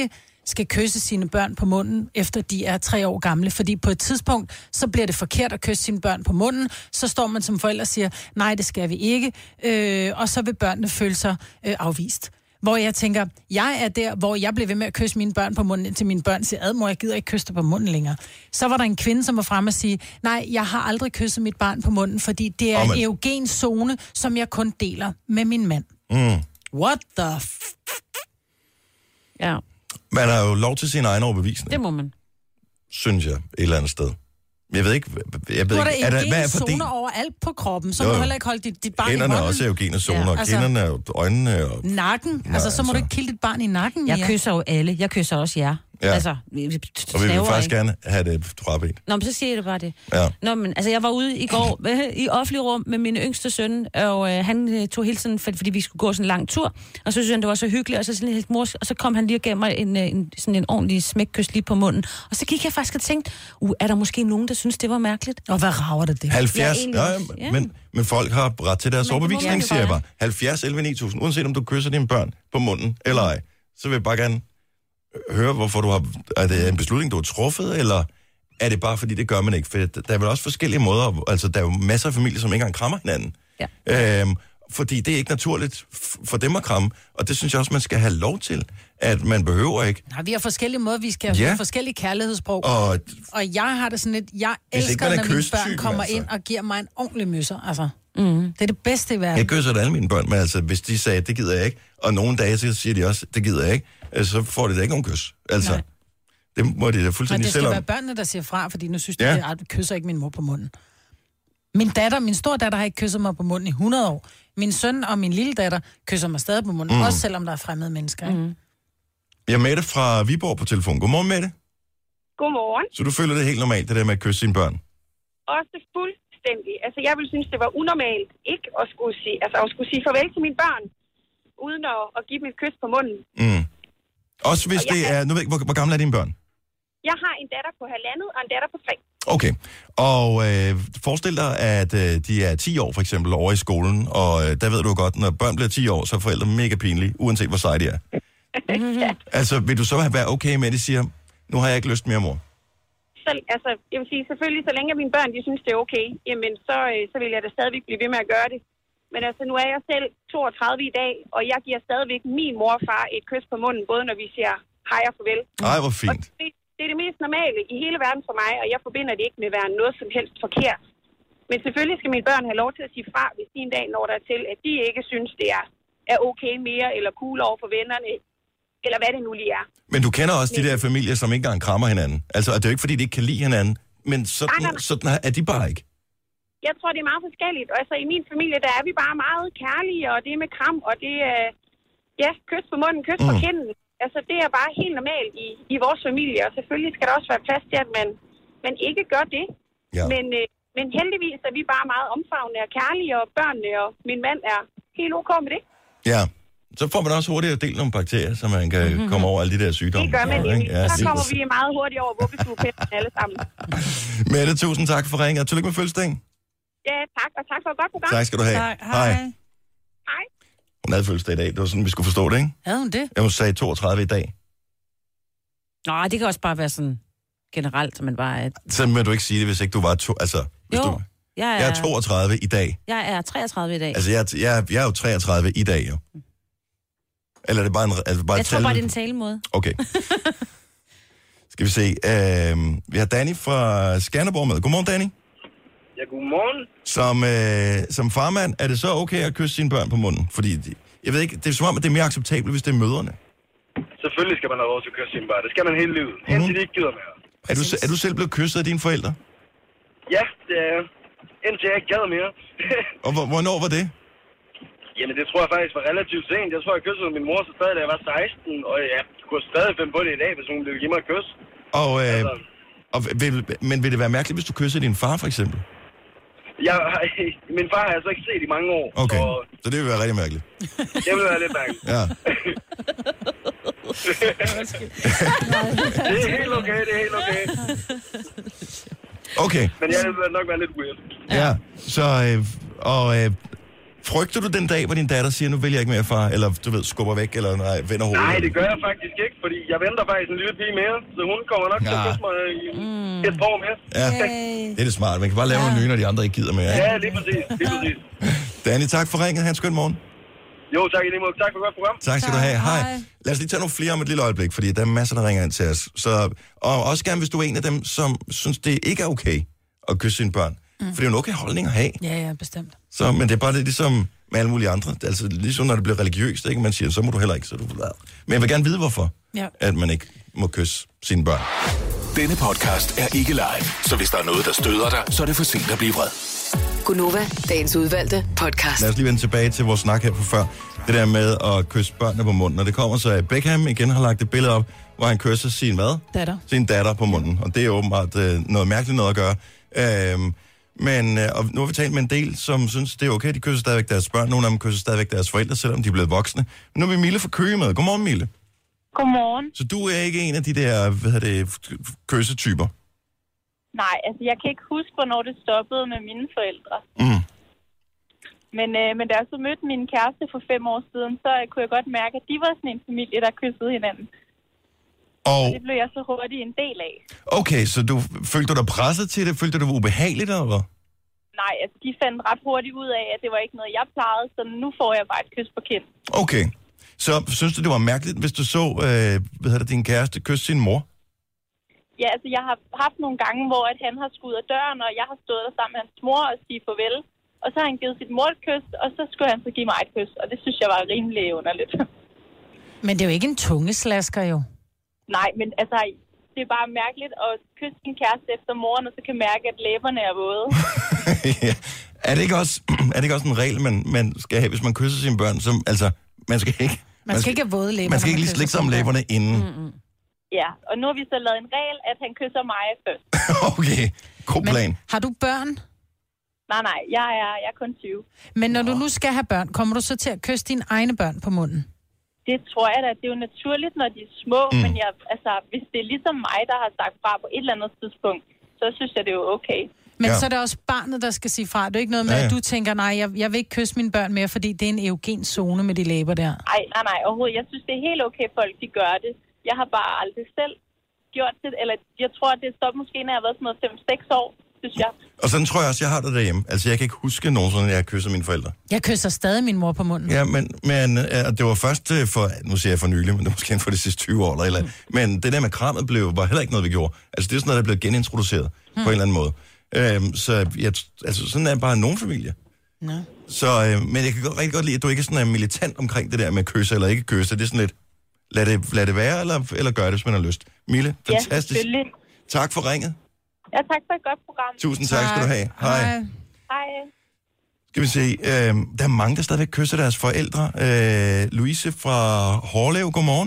[SPEAKER 3] skal kysse sine børn på munden, efter de er tre år gamle. Fordi på et tidspunkt, så bliver det forkert at kysse sine børn på munden. Så står man som forælder og siger, nej, det skal vi ikke. Øh, og så vil børnene føle sig øh, afvist. Hvor jeg tænker, jeg er der, hvor jeg blev ved med at kysse mine børn på munden, til mine børn siger, admor, jeg gider ikke kysse dig på munden længere. Så var der en kvinde, som var fremme og sige, nej, jeg har aldrig kysset mit barn på munden, fordi det er
[SPEAKER 1] oh,
[SPEAKER 3] en erogen zone, som jeg kun deler med min mand.
[SPEAKER 1] Mm.
[SPEAKER 3] What the f...
[SPEAKER 2] Ja.
[SPEAKER 1] Man har jo lov til sin egen overbevisning.
[SPEAKER 2] Det må man.
[SPEAKER 1] Synes jeg, et eller andet sted. Jeg ved ikke, jeg ved
[SPEAKER 3] Du har
[SPEAKER 1] ikke,
[SPEAKER 3] der
[SPEAKER 1] er der, hvad er
[SPEAKER 3] erogen
[SPEAKER 1] fordi?
[SPEAKER 3] zoner overalt på kroppen, så
[SPEAKER 1] Jo,
[SPEAKER 3] må
[SPEAKER 1] jo.
[SPEAKER 3] du heller ikke holde dit, dit barn
[SPEAKER 1] Hænderne
[SPEAKER 3] i
[SPEAKER 1] er
[SPEAKER 3] hånden.
[SPEAKER 1] også erogene zoner,
[SPEAKER 3] Ja,
[SPEAKER 1] ja,
[SPEAKER 3] altså-
[SPEAKER 1] kinderne og øjnene og...
[SPEAKER 3] Nakken,
[SPEAKER 1] Nej,
[SPEAKER 3] altså så må
[SPEAKER 1] altså.
[SPEAKER 3] du ikke kilde dit barn i nakken
[SPEAKER 2] Jeg
[SPEAKER 3] mere.
[SPEAKER 2] kysser jo alle. Jeg kysser også jer.
[SPEAKER 1] Ja.
[SPEAKER 2] Altså, vi, vi,
[SPEAKER 1] Og vi vil
[SPEAKER 2] snaver,
[SPEAKER 1] faktisk
[SPEAKER 2] ikke?
[SPEAKER 1] gerne have det frabet.
[SPEAKER 2] Nå, men så siger jeg det bare det.
[SPEAKER 1] Ja.
[SPEAKER 2] Nå, men altså, jeg var ude i går i offentlig rum med min yngste søn, og øh, han øh, tog hele tiden, fordi vi skulle gå sådan en lang tur, og så synes han, det var så hyggeligt, og så, sådan helt mors, og så kom han lige og gav mig en, øh, en, sådan en ordentlig smækkys lige på munden. Og så gik jeg faktisk og tænkte, uh, er der måske nogen, der synes, det var mærkeligt?
[SPEAKER 3] Og hvad rager det det?
[SPEAKER 1] halvfjerds,
[SPEAKER 2] Ja,
[SPEAKER 1] ja,
[SPEAKER 2] egentlig
[SPEAKER 1] ja,
[SPEAKER 2] også. Ja.
[SPEAKER 1] men, men folk har ret til deres
[SPEAKER 2] Men det må
[SPEAKER 1] overbevisning,
[SPEAKER 2] man jo
[SPEAKER 1] siger jeg
[SPEAKER 2] bare.
[SPEAKER 1] bare. halvfjerds elleve ni tusind, uanset om du kysser dine børn på munden eller ej, så vil jeg bare gerne høre, hvorfor du har... Er det en beslutning, du har truffet, eller er det bare, fordi det gør man ikke? For der er vel også forskellige måder, altså der er jo masser af familier, som ikke engang krammer hinanden.
[SPEAKER 2] Ja.
[SPEAKER 1] Øhm, fordi det er ikke naturligt f- for dem at kramme, og det synes jeg også, man skal have lov til, at man behøver ikke.
[SPEAKER 3] Nej, vi har forskellige måder, vi skal
[SPEAKER 1] Ja.
[SPEAKER 3] have forskellige kærlighedssprog.
[SPEAKER 1] Og
[SPEAKER 3] Og jeg har det sådan lidt, jeg
[SPEAKER 1] Hvis ikke
[SPEAKER 3] elsker,
[SPEAKER 1] man er
[SPEAKER 3] når mine
[SPEAKER 1] kyssyg,
[SPEAKER 3] børn kommer
[SPEAKER 1] altså.
[SPEAKER 3] ind og giver mig en ordentlig møsser. Altså, mm. Det er det bedste i verden.
[SPEAKER 1] jeg kysser da alle mine børn, men altså, hvis de sagde, det gider jeg ikke, og nogle dage så siger de også, det gider jeg ikke, øh, så får de da ikke nogen kys. Altså,
[SPEAKER 3] Nej.
[SPEAKER 1] det må de da
[SPEAKER 3] Men
[SPEAKER 1] fuldstændig
[SPEAKER 3] det
[SPEAKER 1] selv
[SPEAKER 3] skal
[SPEAKER 1] om.
[SPEAKER 3] være børnene, der siger fra, fordi nu synes de,
[SPEAKER 1] Ja.
[SPEAKER 3] at jeg kysser ikke min mor på munden. Min datter, min store datter har ikke kysset mig på munden i hundrede år. Min søn og min lille datter kysser mig stadig på munden, mm. også selvom der er fremmede mennesker. Ikke?
[SPEAKER 2] Mm.
[SPEAKER 1] Jeg er Mette fra Viborg på telefon. Godmorgen, Mette.
[SPEAKER 9] Godmorgen.
[SPEAKER 1] Så du føler det helt normalt, det der med at kysse sine børn?
[SPEAKER 9] Også fuldstændig. Altså, jeg vil synes, det var unormalt ikke at skulle sige, altså, at skulle sige farvel til mine børn, uden at, at give dem et kys på munden.
[SPEAKER 1] Mm. Også hvis
[SPEAKER 9] Og jeg
[SPEAKER 1] det
[SPEAKER 9] kan-
[SPEAKER 1] er... Nu ved jeg, ikke, hvor, hvor gamle er dine børn?
[SPEAKER 9] Jeg har en datter på halvandet og en datter på tre.
[SPEAKER 1] Okay. Og øh, forestil dig, at øh, de er ti år for eksempel over i skolen, og øh, der ved du godt, når børn bliver ti år, så er forældre mega pinlige, uanset hvor seje de er.
[SPEAKER 9] ja.
[SPEAKER 1] Altså, vil du så være okay med, at de siger, nu har jeg ikke lyst mere, mor?
[SPEAKER 9] Selv, altså, jeg vil sige, selvfølgelig, så længe mine børn, de synes, det er okay, jamen, så, øh, så vil jeg da stadigvæk blive ved med at gøre det. Men altså, nu er jeg selv toogtredive i dag, og jeg giver stadigvæk min mor og far et kys på munden, både når vi siger hej og farvel.
[SPEAKER 1] Ej, hvor fint.
[SPEAKER 9] Og det, det er det mest normale i hele verden for mig, og jeg forbinder det ikke med at være noget som helst forkert. Men selvfølgelig skal mine børn have lov til at sige fra, hvis de en dag når der til, at de ikke synes, det er, er okay mere, eller cool over for vennerne, eller hvad det nu lige er.
[SPEAKER 1] Men du kender også de der familier, som ikke engang krammer hinanden. Altså, og det er jo ikke, fordi de ikke kan lide hinanden, men sådan,
[SPEAKER 9] Nej, nej, nej.
[SPEAKER 1] sådan er de bare ikke.
[SPEAKER 9] Jeg tror, det er meget forskelligt. Og altså, i min familie, der er vi bare meget kærlige, og det er med kram, og det er, ja, kys på munden, kys på
[SPEAKER 1] Mm.
[SPEAKER 9] kinden. Altså, det er bare helt normalt i, i vores familie, og selvfølgelig skal der også være plads til, at man, man ikke gør det.
[SPEAKER 1] Ja.
[SPEAKER 9] Men, øh, men heldigvis er vi bare meget omfavnende og kærlige, og børnene og min mand er helt ok med det.
[SPEAKER 1] Ja. Så får man også hurtigt delt nogle bakterier, så man kan mm-hmm. komme over alle de der sygdomme.
[SPEAKER 9] Det gør man
[SPEAKER 1] Ja,
[SPEAKER 9] nemlig.
[SPEAKER 1] ikke? Ja,
[SPEAKER 9] Så
[SPEAKER 1] det-
[SPEAKER 9] kommer vi meget hurtigt over vuggestuepæsten alle sammen.
[SPEAKER 1] Mette, tusind tak for ringen, og tillykke med fødselsdagen.
[SPEAKER 9] Ja, tak, og tak for et godt program.
[SPEAKER 1] Tak skal du have.
[SPEAKER 3] Tak, hej.
[SPEAKER 9] Hej.
[SPEAKER 1] Hun havde fødselsdag i dag, det var sådan, vi skulle forstå det, ikke?
[SPEAKER 3] Havde hun det?
[SPEAKER 1] Ja, hun sagde toogtredive i dag.
[SPEAKER 2] Nå, det kan også bare være sådan generelt, så man bare er...
[SPEAKER 1] Så må du ikke sige det, hvis ikke du var to... Altså, hvis
[SPEAKER 2] Jo,
[SPEAKER 1] du...
[SPEAKER 2] jeg er,
[SPEAKER 1] Jeg er toogtredive i dag.
[SPEAKER 2] jeg er treogtredive i dag.
[SPEAKER 1] Altså, jeg, er- jeg, er- jeg er jo treogtredive i dag, jo. Eller er det bare en... Altså, bare
[SPEAKER 2] Jeg
[SPEAKER 1] et
[SPEAKER 2] tror
[SPEAKER 1] tal?
[SPEAKER 2] bare, det er en talemåde.
[SPEAKER 1] Okay. Skal vi se. Øh, vi har Danny fra Skanderborg med. Godmorgen, Danny.
[SPEAKER 10] Ja, godmorgen.
[SPEAKER 1] Som, øh, som farmand, er det så okay at kysse sine børn på munden? Fordi, de- jeg ved ikke, det er som om, at det er mere acceptabelt, hvis det er mødrene.
[SPEAKER 10] Selvfølgelig skal man have lov til at kysse sine børn. Det skal man hele livet. Mm-hmm. Indtil de ikke gider mere.
[SPEAKER 1] Er du, er du selv blevet kysset af dine forældre?
[SPEAKER 10] Ja, det er jeg. Indtil jeg ikke gad mere.
[SPEAKER 1] Og hvor, hvornår var det?
[SPEAKER 10] Jamen, det tror jeg faktisk var relativt sent. Jeg tror, jeg kyssede min mor så stadig, da jeg var seksten. Og jeg kunne stadig finde på det i dag, hvis hun ville give mig et kys.
[SPEAKER 1] Og, øh,
[SPEAKER 10] Altså.
[SPEAKER 1] og vil, men vil det være mærkeligt, hvis du kysser din far, for eksempel?
[SPEAKER 10] Jeg, min far har jeg så ikke set i mange år.
[SPEAKER 1] Okay,
[SPEAKER 10] Så
[SPEAKER 1] så det vil være rigtig mærkeligt.
[SPEAKER 10] det vil være lidt mærkeligt.
[SPEAKER 1] Ja.
[SPEAKER 10] Det er helt okay, det er helt okay.
[SPEAKER 1] Okay,
[SPEAKER 10] Men jeg vil nok være lidt weird.
[SPEAKER 1] ja. Så, øh, og øh, Frygter du den dag, hvor din datter siger, nu vil jeg ikke mere, far? Eller du ved, skubber væk, eller nej, vender hovedet?
[SPEAKER 10] Nej, det gør jeg faktisk ikke, fordi jeg venter faktisk en lille pige mere, så hun kommer nok til at
[SPEAKER 1] Ja.
[SPEAKER 10] kysse mig i
[SPEAKER 2] Mm.
[SPEAKER 10] et par år mere.
[SPEAKER 1] Ja, det er det smart. Man kan bare lave ja. nogle nye, når de andre ikke gider mere. Ikke?
[SPEAKER 10] Ja, lige præcis. Lige præcis.
[SPEAKER 1] Danny, tak for ringet. Ha' en skøn morgen.
[SPEAKER 10] Jo, tak i lige måde. Tak for et godt program.
[SPEAKER 1] Tak skal du have. Hej. Lad os lige tage nogle flere om et lille øjeblik, fordi der er masser, der ringer ind til os. Så, og også gerne, hvis du er en af dem, som synes, det ikke er okay at kysse sine børn. Mm. For det er jo en okay holdning at have.
[SPEAKER 3] Ja, ja, bestemt.
[SPEAKER 1] Så, men det er bare det, ligesom med alle mulige andre. Det er altså ligesom når det bliver religiøst, ikke? Man siger, så må du heller ikke. Så du... Men jeg vil gerne vide, hvorfor
[SPEAKER 3] Ja.
[SPEAKER 1] at man ikke må kysse sine børn.
[SPEAKER 4] Denne podcast er ikke live, så hvis der er noget, der støder dig, så er det for sent at blive vred.
[SPEAKER 6] Gunova, dagens udvalgte podcast.
[SPEAKER 1] Lad os lige vende tilbage til vores snak her på før. Det der med at kysse børnene på munden. Og det kommer så, at Beckham igen har lagt et billede op, hvor han kysser sin hvad?
[SPEAKER 3] Datter.
[SPEAKER 1] Sin datter på munden. Og det er åbenbart øh, noget mærkeligt noget at gøre. Øhm, men øh, og nu har vi talt med en del, som synes, det er okay. De kysser stadigvæk deres børn. Nogle af dem kysser stadigvæk deres forældre, selvom de er blevet voksne. Men nu er vi Mille fra Køge med. Godmorgen, Mille.
[SPEAKER 9] Godmorgen.
[SPEAKER 1] Så du er ikke en af de der, hvad hedder det, kyssetyper?
[SPEAKER 9] Nej, altså jeg kan ikke huske, hvornår det stoppede med mine forældre.
[SPEAKER 1] Mm.
[SPEAKER 9] Men, øh, men da jeg så mødte min kæreste for fem år siden, så kunne jeg godt mærke, at de var sådan en familie, der kyssede hinanden.
[SPEAKER 1] Og
[SPEAKER 9] Det blev jeg så hurtigt en del af.
[SPEAKER 1] okay, så du følte du dig presset til det? Følte du det ubehageligt, eller hvad?
[SPEAKER 9] Nej, altså de fandt ret hurtigt ud af, at det var ikke noget, jeg plejede, så nu får jeg bare et kys på kind.
[SPEAKER 1] Okay. Så synes du, det var mærkeligt, hvis du så, øh, hvad hedder det, din kæreste kysse sin mor?
[SPEAKER 9] Ja, altså jeg har haft nogle gange, hvor at han har skudt ud af døren, og jeg har stået der sammen med hans mor og sige farvel. Og så har han givet sit mor et kys, og så skulle han så give mig et kys. Og det synes jeg var rimelig underligt.
[SPEAKER 3] Men det er jo ikke en tungeslasker, jo.
[SPEAKER 9] Nej, men altså, det er bare mærkeligt at kysse sin kæreste efter moren, og så kan mærke, at læberne er våde.
[SPEAKER 1] Ja. Er det ikke også, er det ikke også en regel, man, man skal have, hvis man kysser sine børn? Som, altså, man skal ikke...
[SPEAKER 3] Man skal ikke have våde læber.
[SPEAKER 1] Man skal
[SPEAKER 3] når
[SPEAKER 1] ikke lige
[SPEAKER 3] kysser
[SPEAKER 1] slikke sig om
[SPEAKER 3] sine børn.
[SPEAKER 1] læberne inden.
[SPEAKER 3] Mm-mm.
[SPEAKER 9] Ja, og nu har vi så lavet en regel, at han kysser mig først.
[SPEAKER 1] Okay, god plan.
[SPEAKER 3] Men har du børn?
[SPEAKER 9] Nej, nej, jeg er, jeg er kun tyve.
[SPEAKER 3] Men når du nu skal have børn, kommer du så til at kysse dine egne børn på munden?
[SPEAKER 9] Det tror jeg da, det er jo naturligt, når de er små,
[SPEAKER 1] Mm.
[SPEAKER 9] mm. men jeg, altså, hvis det er ligesom mig, der har sagt fra på et eller andet tidspunkt, så synes jeg, det er jo okay.
[SPEAKER 3] Men
[SPEAKER 1] Ja.
[SPEAKER 3] så er det også barnet, der skal sige fra. Det er ikke noget med,
[SPEAKER 1] Ja, ja.
[SPEAKER 3] at du tænker, nej, jeg, jeg vil ikke kysse mine børn mere, fordi det er en erogen zone med de læber der.
[SPEAKER 9] Ej, nej, nej, overhovedet. Jeg synes, det er helt okay, folk de gør det. Jeg har bare aldrig selv gjort det, eller jeg tror, at det stoppede måske, når jeg har været sådan noget fem seks år, synes jeg.
[SPEAKER 1] Og sådan tror jeg også, jeg har det derhjemme. Altså, jeg kan ikke huske nogensinde, at jeg kysser mine forældre.
[SPEAKER 3] Jeg kysser stadig min mor på munden.
[SPEAKER 1] Ja, men, men øh, det var først øh, for, nu siger jeg for nylig, men det var måske inden for de sidste tyve år eller et eller andet. Men det der med krammet blev, var heller ikke noget, vi gjorde. Altså, det er sådan noget, der er blevet genintroduceret hmm. på en eller anden måde. Øhm, så jeg, altså, sådan er bare nogen familie.
[SPEAKER 3] Nå.
[SPEAKER 1] Så, øh, men jeg kan godt, rigtig godt lide, at du ikke er sådan er militant omkring det der med kysse eller ikke kysse. Det er sådan lidt, lad det, lad det være, eller, eller gør det, hvis man har lyst. Mille,
[SPEAKER 9] Ja,
[SPEAKER 1] fantastisk.
[SPEAKER 9] selvfølgelig.
[SPEAKER 1] Tak for ringet.
[SPEAKER 9] Ja, tak for et godt program.
[SPEAKER 1] Tusind tak, skal du have. Hej.
[SPEAKER 9] Hej.
[SPEAKER 1] Skal vi se, øh, der er mange, der stadigvæk kysser deres forældre. Øh, Louise fra Hårlev, godmorgen.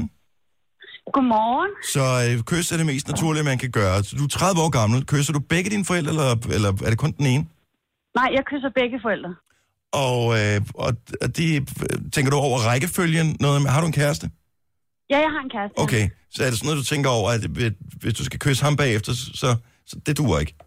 [SPEAKER 9] Godmorgen.
[SPEAKER 1] Så øh, kys er det mest naturlige, man kan gøre. Så du er tredive år gammel. Kysser du begge dine forældre, eller, eller er det kun den ene?
[SPEAKER 9] Nej, jeg kysser begge forældre.
[SPEAKER 1] Og, øh, og, og de, tænker du over rækkefølgen? Noget med, har du en kæreste?
[SPEAKER 9] Ja, jeg har en kæreste.
[SPEAKER 1] Okay, så er det sådan noget, du tænker over, at hvis du skal kysse ham bagefter, så, så det duer ikke?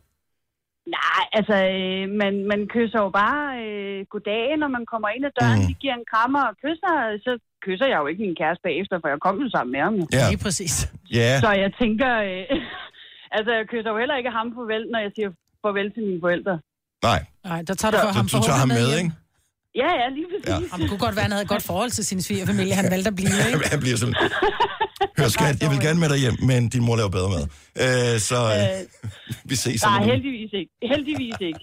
[SPEAKER 9] Nej, altså, øh, man, man kysser jo bare øh, goddag, når man kommer ind ad døren.
[SPEAKER 1] Mm.
[SPEAKER 9] De giver en krammer og kysser, så kysser jeg jo ikke min kæreste bagefter, for jeg kom jo sammen med ham.
[SPEAKER 1] Ja.
[SPEAKER 3] Lige præcis.
[SPEAKER 1] Ja.
[SPEAKER 9] Så jeg tænker, øh, altså, jeg kysser jo heller ikke ham farvel, når jeg siger farvel til mine forældre.
[SPEAKER 1] Nej.
[SPEAKER 3] Nej, der tager du for
[SPEAKER 1] Så
[SPEAKER 3] ham
[SPEAKER 1] du tager ham med,
[SPEAKER 3] hjem.
[SPEAKER 1] ikke?
[SPEAKER 9] Ja, ja, lige præcis.
[SPEAKER 1] Ja.
[SPEAKER 3] Jamen, det kunne godt være, at han havde et godt forhold til sin svigerfamilie. Han valgte at blive, ikke?
[SPEAKER 1] Jeg bliver sådan... Hør skat, jeg vil gerne med dig hjem, men din mor laver bedre mad. Øh, så øh, vi ses.
[SPEAKER 9] Nej, heldigvis ikke. Heldigvis ikke.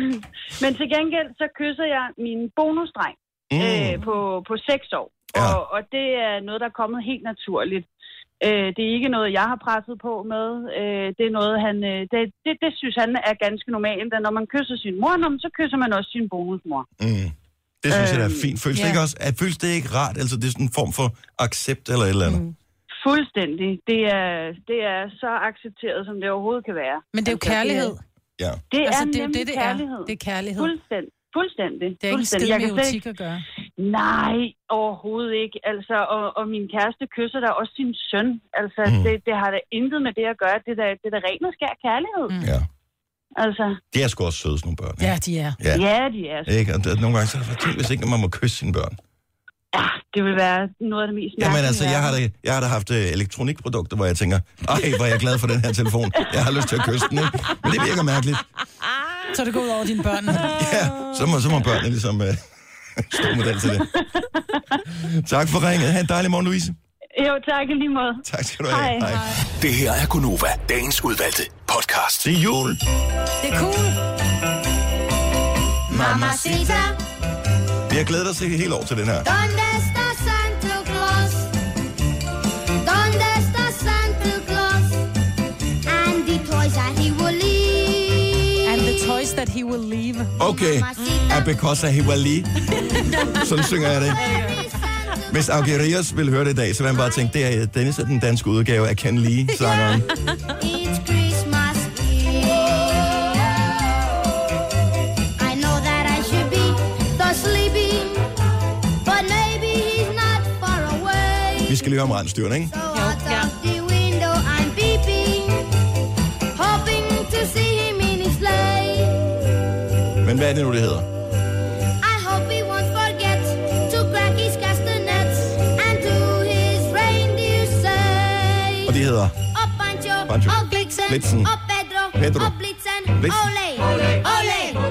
[SPEAKER 9] Men til gengæld, så kysser jeg min bonusdreng
[SPEAKER 1] Mm.
[SPEAKER 9] øh, på, på seks år.
[SPEAKER 1] Ja.
[SPEAKER 9] Og, og det er noget, der er kommet helt naturligt. Øh, det er ikke noget, jeg har presset på med. Øh, det er noget, han... Øh, det, det, det synes han er ganske normalt, at når man kysser sin mor, så kysser man også sin bonusmor.
[SPEAKER 1] Mm. Det synes jeg, der er
[SPEAKER 9] Øhm,
[SPEAKER 1] fint. Føles det
[SPEAKER 9] ja.
[SPEAKER 1] ikke også? At føles det ikke rart? Altså, det er sådan en form for accept eller et eller andet. Mm.
[SPEAKER 9] Fuldstændig. Det er, det er så accepteret, som det overhovedet kan være.
[SPEAKER 3] Men det er jo kærlighed.
[SPEAKER 1] Ja.
[SPEAKER 9] Det
[SPEAKER 3] Altså,
[SPEAKER 9] er
[SPEAKER 3] det er jo
[SPEAKER 9] nemlig
[SPEAKER 3] det, det er.
[SPEAKER 9] kærlighed.
[SPEAKER 3] Det er kærlighed.
[SPEAKER 9] Fuldstændig. Fuldstændig.
[SPEAKER 3] Det er ikke en
[SPEAKER 9] Fuldstændig.
[SPEAKER 3] skid
[SPEAKER 9] Jeg
[SPEAKER 3] med
[SPEAKER 9] kan slet
[SPEAKER 3] erotik
[SPEAKER 9] ikke-
[SPEAKER 3] at gøre.
[SPEAKER 9] Nej, overhovedet ikke. Altså, og, og min kæreste kysser da også sin søn. Altså,
[SPEAKER 1] Mm.
[SPEAKER 9] mm. det, det har da intet med det at gøre. Det er da, det er da ren og skær kærlighed.
[SPEAKER 3] Mm.
[SPEAKER 1] Ja.
[SPEAKER 11] Altså.
[SPEAKER 1] De er sgu også søde, sådan nogle børn.
[SPEAKER 3] Ja, de er.
[SPEAKER 11] Ja, ja de er.
[SPEAKER 1] Ikke? Og der, nogle gange så er det tænkt, hvis ikke man må kysse sine børn.
[SPEAKER 11] Ja, det vil være noget af det mest
[SPEAKER 1] Jamen
[SPEAKER 11] mærkelige.
[SPEAKER 1] altså, jeg har, da, jeg har da haft uh, elektronikprodukter, hvor jeg tænker, ej, hvor er jeg glad for den her telefon. Jeg har lyst til at kysse den, ikke? Men det virker mærkeligt.
[SPEAKER 3] Så det går ud over dine børn.
[SPEAKER 1] Ja, så må, så må børnene ligesom uh, stå model til det. Tak for ringet. Ha' en dejlig morgen, Louise.
[SPEAKER 11] Jo, tak i lige måde.
[SPEAKER 1] Tak skal du have.
[SPEAKER 11] Hej.
[SPEAKER 1] Hej.
[SPEAKER 4] Det her er Gunova, dagens udvalgte podcast.
[SPEAKER 1] Det er jul.
[SPEAKER 3] Det er cool.
[SPEAKER 7] Mamacita,
[SPEAKER 1] Vi har glædet os helt år til den her.
[SPEAKER 7] ¿dónde está Santa Claus? ¿Dónde está Santa Claus? And the toys that he will leave.
[SPEAKER 3] And the toys that he will leave.
[SPEAKER 1] Okay, er because he will leave. Sådan synger jeg det. Hvis Augerius vil høre det i dag, så vil han bare tænke, det er Dennis er den danske udgave af Ken Lee-sangeren.
[SPEAKER 7] It's Christmas Eve. I know that I should be so sleepy, but maybe he's not far away.
[SPEAKER 1] Vi skal lige høre om rensdyrene, ikke?
[SPEAKER 7] So out of the window I'm peeping, hoping to see him in his sleigh.
[SPEAKER 1] Men hvad er det nu, det hedder?
[SPEAKER 7] I hope he won't forget to crack his castanets and to his reindeer say.
[SPEAKER 1] Og de hedder?
[SPEAKER 7] Og Pancho,
[SPEAKER 1] Pancho.
[SPEAKER 7] og Blitzen,
[SPEAKER 1] Blitzen.
[SPEAKER 7] og Pedro,
[SPEAKER 1] Pedro.
[SPEAKER 7] og Blitzen,
[SPEAKER 1] Blitzen.
[SPEAKER 7] ole, ole,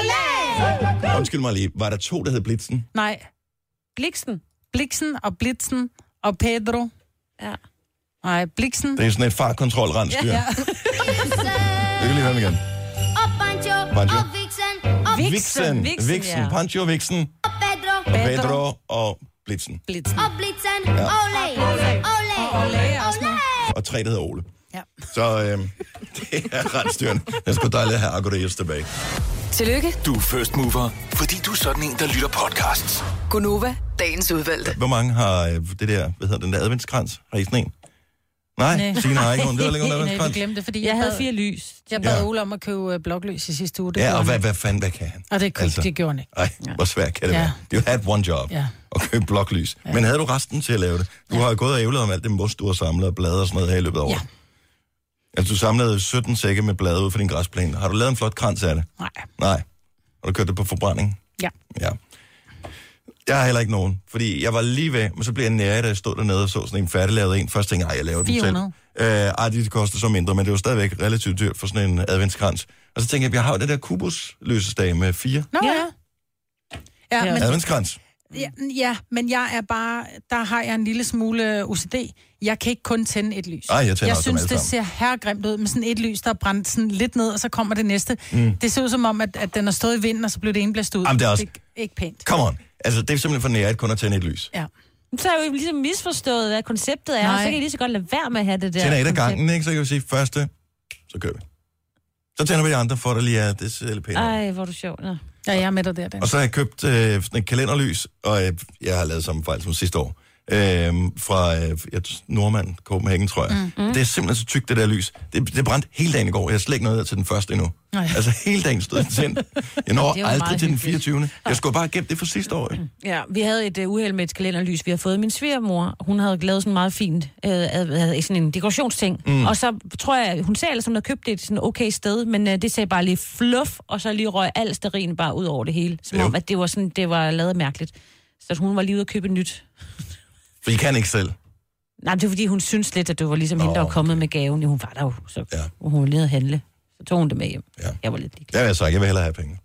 [SPEAKER 7] ole.
[SPEAKER 1] Undskyld mig lige, var der to, der hed Blitzen?
[SPEAKER 3] Nej.
[SPEAKER 2] Bliksen.
[SPEAKER 3] Bliksen og Blitzen og Pedro.
[SPEAKER 2] Ja.
[SPEAKER 3] Nej, Bliksen.
[SPEAKER 1] Det er sådan et fartkontrol-rensdyr.
[SPEAKER 3] Ja.
[SPEAKER 1] Vi kan lige høre den igen.
[SPEAKER 7] Og Pancho,
[SPEAKER 1] Pancho.
[SPEAKER 7] og Vixen, og
[SPEAKER 1] Vixen,
[SPEAKER 2] Vixen,
[SPEAKER 1] Vixen,
[SPEAKER 2] ja.
[SPEAKER 1] Pancho, Vixen,
[SPEAKER 7] og Pedro,
[SPEAKER 1] Pedro og Blitzen.
[SPEAKER 3] Blitzen.
[SPEAKER 7] og Blitzen, ole, ole,
[SPEAKER 3] Og Ole er også med.
[SPEAKER 1] Og tre, der hedder Ole.
[SPEAKER 3] Ja.
[SPEAKER 1] Så øhm, det er rensdyrene. Det er sgu dejligt at have Agorius tilbage.
[SPEAKER 6] Tillykke,
[SPEAKER 4] Du er first mover, fordi du er sådan en, der lytter podcasts.
[SPEAKER 6] Gunova, dagens udvalgte.
[SPEAKER 1] Hvor mange har øh, det der, hvad hedder den der adventskrans? Har I sådan en? Nej,
[SPEAKER 3] Nej.
[SPEAKER 1] Signe har ikke nogen. Det var ikke nogen
[SPEAKER 3] Nej, vi
[SPEAKER 1] adventskrans.
[SPEAKER 3] glemte det, fordi
[SPEAKER 2] Jeg havde
[SPEAKER 3] bad-
[SPEAKER 2] fire lys.
[SPEAKER 3] Jeg bad
[SPEAKER 1] Ja.
[SPEAKER 3] Ole om at købe øh, bloklys i sidste uge. Det
[SPEAKER 1] Ja,
[SPEAKER 3] gjorde
[SPEAKER 1] og hvad,
[SPEAKER 3] han.
[SPEAKER 1] hvad fanden, hvad kan han?
[SPEAKER 3] Og det, altså. det gjorde han ikke.
[SPEAKER 1] Ej, hvor svært kan det
[SPEAKER 3] Ja.
[SPEAKER 1] være? You had one job.
[SPEAKER 3] Ja.
[SPEAKER 1] At købe bloklys. Ja. Men havde du resten til at lave det? Du har jo gået og ævlet om alt det mos, du har samlet og blade og sådan noget her i løbet af året.
[SPEAKER 3] Ja.
[SPEAKER 1] Altså, du samlede sytten sække med blade ud for din græsplæne. Har du lavet en flot krans af det?
[SPEAKER 3] Nej.
[SPEAKER 1] Nej. Har du kørt det på forbrænding?
[SPEAKER 3] Ja.
[SPEAKER 1] Ja. Jeg har heller ikke nogen, fordi jeg var lige ved, men så blev jeg nære, da jeg stod dernede og så sådan en færdiglavet en. Først tænkte jeg, ej, jeg laver den
[SPEAKER 3] fire
[SPEAKER 1] selv.
[SPEAKER 3] hundrede.
[SPEAKER 1] Øh, ej, det koster så mindre, men det er jo stadigvæk relativt dyrt for sådan en adventskrans. Og så tænkte jeg, jeg har jo det der kubus-løsesdag med fire.
[SPEAKER 3] Nå ja. Ja,
[SPEAKER 2] Ja.
[SPEAKER 3] men,
[SPEAKER 1] Adventskrans.
[SPEAKER 3] ja, ja, men jeg er bare, der har jeg en lille smule O C D. Jeg kan ikke kun tænde et lys.
[SPEAKER 1] Ej, jeg tænder
[SPEAKER 3] jeg
[SPEAKER 1] også dem
[SPEAKER 3] synes,
[SPEAKER 1] alle
[SPEAKER 3] det ser herregrimt ud med sådan et lys, der er brændt sådan lidt ned, og så kommer det næste.
[SPEAKER 1] Mm.
[SPEAKER 3] Det ser ud som om, at, at den har stået i vinden, og så blev det ene blæst ud.
[SPEAKER 1] Jamen, det er også-
[SPEAKER 3] det er ikke pænt.
[SPEAKER 1] Come on. Altså, det er simpelthen for nære, at kun at tænde et lys.
[SPEAKER 3] Ja.
[SPEAKER 2] Så er jo ligesom misforstået, hvad konceptet er,
[SPEAKER 3] Nej.
[SPEAKER 2] og så kan I lige så godt lade være med at have det der
[SPEAKER 1] Tænder et af
[SPEAKER 2] koncept.
[SPEAKER 1] gangen, ikke? Så kan vi sige, første, så kører vi. Så tænder vi de andre, for der lige er, det ser lidt pænt ud.
[SPEAKER 2] Ej, hvor er du sjov. Nå.
[SPEAKER 3] Ja, jeg er med dig der, Dan.
[SPEAKER 1] Og så har jeg købt øh, sådan et kalenderlys, og øh, jeg har lavet samme fejl som sidste år. Øh, fra øh, jeg, Nordmand, Copenhagen, tror jeg. Mm. Det er simpelthen så tykt, det der lys. Det, det brændte hele dagen i går. Jeg har slet ikke noget til den første endnu.
[SPEAKER 3] Nej.
[SPEAKER 1] Altså hele dagen stod den tændt. Jeg når
[SPEAKER 2] Det er jo
[SPEAKER 1] aldrig
[SPEAKER 2] meget
[SPEAKER 1] til den
[SPEAKER 2] hyggeligt.
[SPEAKER 1] fireogtyvende Jeg skulle bare gemme det for sidste år. Ikke?
[SPEAKER 2] Ja, vi havde et uh, uheld med et kalenderlys, vi har fået. Min svigermor, hun havde lavet sådan meget fint, uh, uh, sådan en dekorationsting. Mm. Og så tror jeg, hun sagde ellers, hun havde købt det et sådan okay sted, men uh, det sagde bare lige fluff, og så lige røg al sterin bare ud over det hele. Som
[SPEAKER 1] Jo.
[SPEAKER 2] om, at det var sådan, det var lavet mærkeligt. Så hun var lige ude at købe nyt.
[SPEAKER 1] For I kan ikke selv.
[SPEAKER 2] Nej, det er fordi, hun synes lidt, at det var ligesom
[SPEAKER 1] Nå,
[SPEAKER 2] hende, der var kommet med gaven. Hun var der jo, så
[SPEAKER 1] Ja.
[SPEAKER 2] hun var lige at handle. Så tog hun det med hjem.
[SPEAKER 1] Ja.
[SPEAKER 2] Jeg var lidt ligeglad.
[SPEAKER 1] Det har jeg sagt, jeg vil hellere have penge.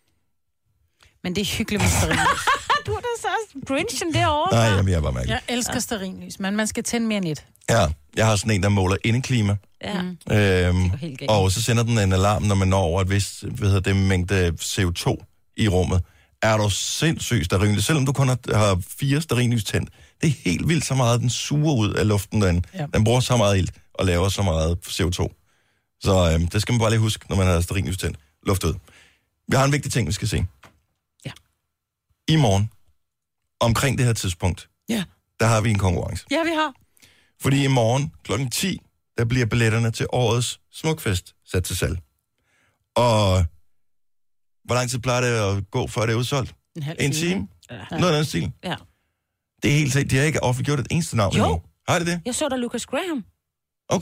[SPEAKER 3] Men det er hyggeligt med stearinlys.
[SPEAKER 2] Du er da så grinchen derovre.
[SPEAKER 1] Nej, jamen, jeg er bare mærkelig.
[SPEAKER 3] Jeg elsker stearinlys, men man skal tænde mere end et.
[SPEAKER 1] Ja, jeg har sådan en, der måler indeklima.
[SPEAKER 2] Ja.
[SPEAKER 1] Øhm,
[SPEAKER 2] helt galt.
[SPEAKER 1] og så sender den en alarm, når man når over et vist hvad hedder det, mængde C O to i rummet. Er du sindssygt stearinlys? Selvom du kun har, har fire stearinlys tændt. Det er helt vildt så meget, den suger ud af luften. Den,
[SPEAKER 3] Ja.
[SPEAKER 1] den bruger så meget ilt og laver så meget C O to. Så øhm, det skal man bare lige huske, når man har stearinlys tændt. Luft ud. Vi har en vigtig ting, vi skal se.
[SPEAKER 2] Ja.
[SPEAKER 1] I morgen, omkring det her tidspunkt,
[SPEAKER 3] Ja.
[SPEAKER 1] der har vi en konkurrence.
[SPEAKER 3] Ja, vi har.
[SPEAKER 1] Fordi i morgen klokken ti, der bliver billetterne til årets Smukfest sat til salg. Og hvor lang tid plejer det at gå, før det er udsolgt?
[SPEAKER 3] En halv
[SPEAKER 1] En
[SPEAKER 3] time.
[SPEAKER 1] time?
[SPEAKER 2] Ja.
[SPEAKER 1] Noget af den stil.
[SPEAKER 2] Ja.
[SPEAKER 1] Det er helt sikkert. De har ikke offentliggjort et eneste navn
[SPEAKER 2] Jo.
[SPEAKER 1] endnu. Har det det?
[SPEAKER 2] Jeg så der Lucas Graham.
[SPEAKER 1] Okay.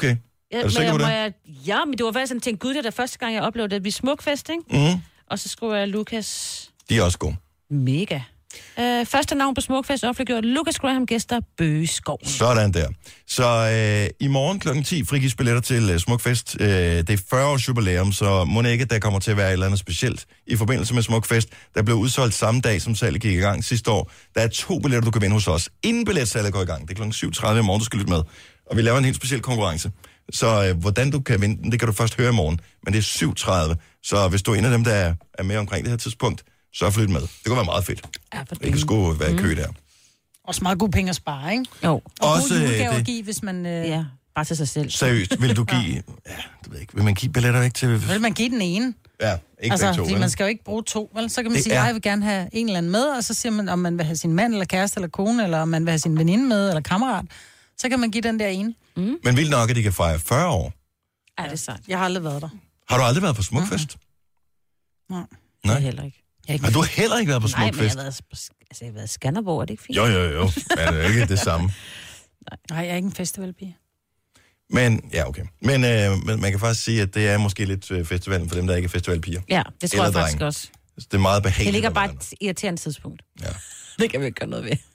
[SPEAKER 2] Ja,
[SPEAKER 1] Er du sikker på det?
[SPEAKER 2] Jeg, ja, men det var faktisk sådan, tænkte, gud, det er da første gang, jeg oplevede det. Vi smukfest, ikke?
[SPEAKER 1] Mm.
[SPEAKER 2] Og så skriver jeg Lukas.
[SPEAKER 1] De er også gode.
[SPEAKER 2] Mega. Øh, første navn på smukfest offentliggjort. Lukas Graham gæster Bøgeskov.
[SPEAKER 1] Sådan der. Så øh, i morgen klokken ti frigives billetter til øh, Smukfest. Øh, det er fyrre års jubilæum, så må ikke, der kommer til at være et eller andet specielt i forbindelse med Smukfest. Der blev udsolgt samme dag, som salget gik i gang sidste år. Der er to billetter, du kan vinde hos os, inden billetsalget går i gang. Det er klokken syv tredive i morgen, du skal lytte med. Og vi laver en helt speciel konkurrence. Så øh, hvordan du kan vinde den, det kan du først høre i morgen. Men det er syv tredive. Så hvis du er en af dem, der er, er med omkring det her tidspunkt, så flyt med. Det kunne være meget fedt.
[SPEAKER 3] Ja, for
[SPEAKER 1] det kan sgu være i kø der.
[SPEAKER 3] Også meget gode penge at spare, ikke?
[SPEAKER 2] Jo.
[SPEAKER 3] Og
[SPEAKER 1] også
[SPEAKER 3] gode julegaver
[SPEAKER 1] det.
[SPEAKER 3] at give, hvis man... Øh...
[SPEAKER 2] Ja, bare til sig selv.
[SPEAKER 1] Seriøst, vil du give... Ja, du ved ikke, vil man give billetter ikke til...
[SPEAKER 3] Vil man give den ene?
[SPEAKER 1] Ja, ikke
[SPEAKER 3] altså,
[SPEAKER 1] begge to,
[SPEAKER 3] fordi
[SPEAKER 1] vel?
[SPEAKER 3] man skal jo ikke bruge to, vel? Så kan man
[SPEAKER 1] Det
[SPEAKER 3] sige,
[SPEAKER 1] er-
[SPEAKER 3] at jeg vil gerne have en eller anden med, og så siger man, om man vil have sin mand, eller kæreste, eller kone, eller om man vil have sin veninde med, eller kammerat. Så kan man give den der ene. Mm.
[SPEAKER 1] Men vildt nok, at de kan fejre fyrre år.
[SPEAKER 2] Ja, det er sandt.
[SPEAKER 3] Jeg har aldrig været der.
[SPEAKER 1] Har du aldrig været på Smukfest?
[SPEAKER 3] Nej.
[SPEAKER 1] Nej.
[SPEAKER 2] Jeg heller ikke.
[SPEAKER 3] Jeg
[SPEAKER 1] Har du heller ikke været på
[SPEAKER 2] Nej, men jeg
[SPEAKER 1] Smukfest?
[SPEAKER 2] har været, altså, jeg har været i Skanderborg, er det ikke fint?
[SPEAKER 1] Jo, jo, jo. Er det ikke det samme?
[SPEAKER 3] Nej, jeg er ikke en festivalpige.
[SPEAKER 1] Men, ja, okay. Men, øh, men man kan faktisk sige, at det er måske lidt øh, festivalen for dem, der ikke er festivalpiger.
[SPEAKER 2] Ja, det tror
[SPEAKER 1] Eller
[SPEAKER 2] jeg faktisk
[SPEAKER 1] drenge.
[SPEAKER 2] også.
[SPEAKER 1] Det er meget
[SPEAKER 2] Det
[SPEAKER 1] behageligt.
[SPEAKER 2] ligger
[SPEAKER 1] at
[SPEAKER 2] bare
[SPEAKER 1] være
[SPEAKER 2] et irriterende tidspunkt.
[SPEAKER 1] Ja.
[SPEAKER 2] Det kan vi ikke gøre noget ved.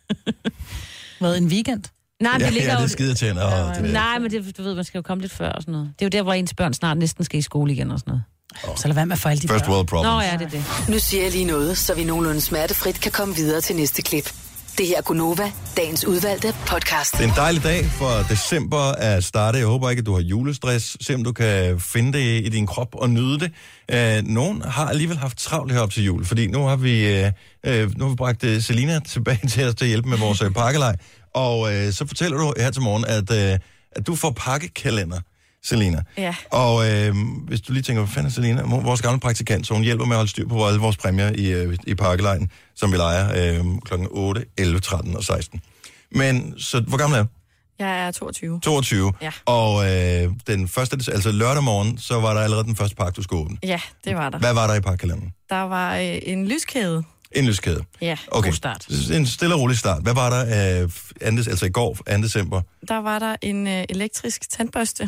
[SPEAKER 3] Hvad, en weekend?
[SPEAKER 2] Nej, men
[SPEAKER 1] Ja,
[SPEAKER 2] det ligger
[SPEAKER 1] ja, det er
[SPEAKER 2] jo...
[SPEAKER 1] skide til. Nå, det
[SPEAKER 2] Nej, men det, du ved, man skal jo komme lidt før og sådan noget. Det er jo der, hvor ens børn snart næsten skal i skole igen og sådan noget.
[SPEAKER 1] Oh.
[SPEAKER 3] Så lad være med at få alle de
[SPEAKER 1] First
[SPEAKER 3] børn.
[SPEAKER 1] world problems.
[SPEAKER 2] Nå ja, det er det.
[SPEAKER 6] Nu siger jeg lige noget, så vi nogenlunde smertefrit kan komme videre til næste klip. Det her er Gunova, dagens udvalgte podcast.
[SPEAKER 1] Det er en dejlig dag, for december er startet. Jeg håber ikke, at du har julestress. Se om du kan finde det i din krop og nyde det. Øh, nogen har alligevel haft travlt herop til jul, fordi nu har vi, øh, øh, nu har vi bragt øh, Selina tilbage til os til at hjælpe med vores øh, pakkelej. Og øh, så fortæller du her til morgen, at, øh, at du får pakkekalender, Selina.
[SPEAKER 8] Ja.
[SPEAKER 1] Og øh, hvis du lige tænker, hvad fanden er Selina? Vores gamle praktikant, så hun hjælper med at holde styr på alle vores præmier i, øh, i pakkelejen, som vi leger øh, klokken otte, elleve, tretten og seksten. Men, så hvor gammel er du?
[SPEAKER 8] Jeg er toogtyve.
[SPEAKER 1] toogtyve.
[SPEAKER 8] Ja.
[SPEAKER 1] Og øh, den første, altså lørdag morgen, så var der allerede den første pakke, du skulle åbne.
[SPEAKER 8] Ja, det var der.
[SPEAKER 1] Hvad var der i pakkekalenderen?
[SPEAKER 8] Der var øh, en lyskæde.
[SPEAKER 1] En lyskæde.
[SPEAKER 8] Ja,
[SPEAKER 1] Okay.
[SPEAKER 2] God start.
[SPEAKER 1] En stille og rolig start. Hvad var der, øh, anden, altså i går, anden december?
[SPEAKER 8] Der var der en øh, elektrisk tandbørste.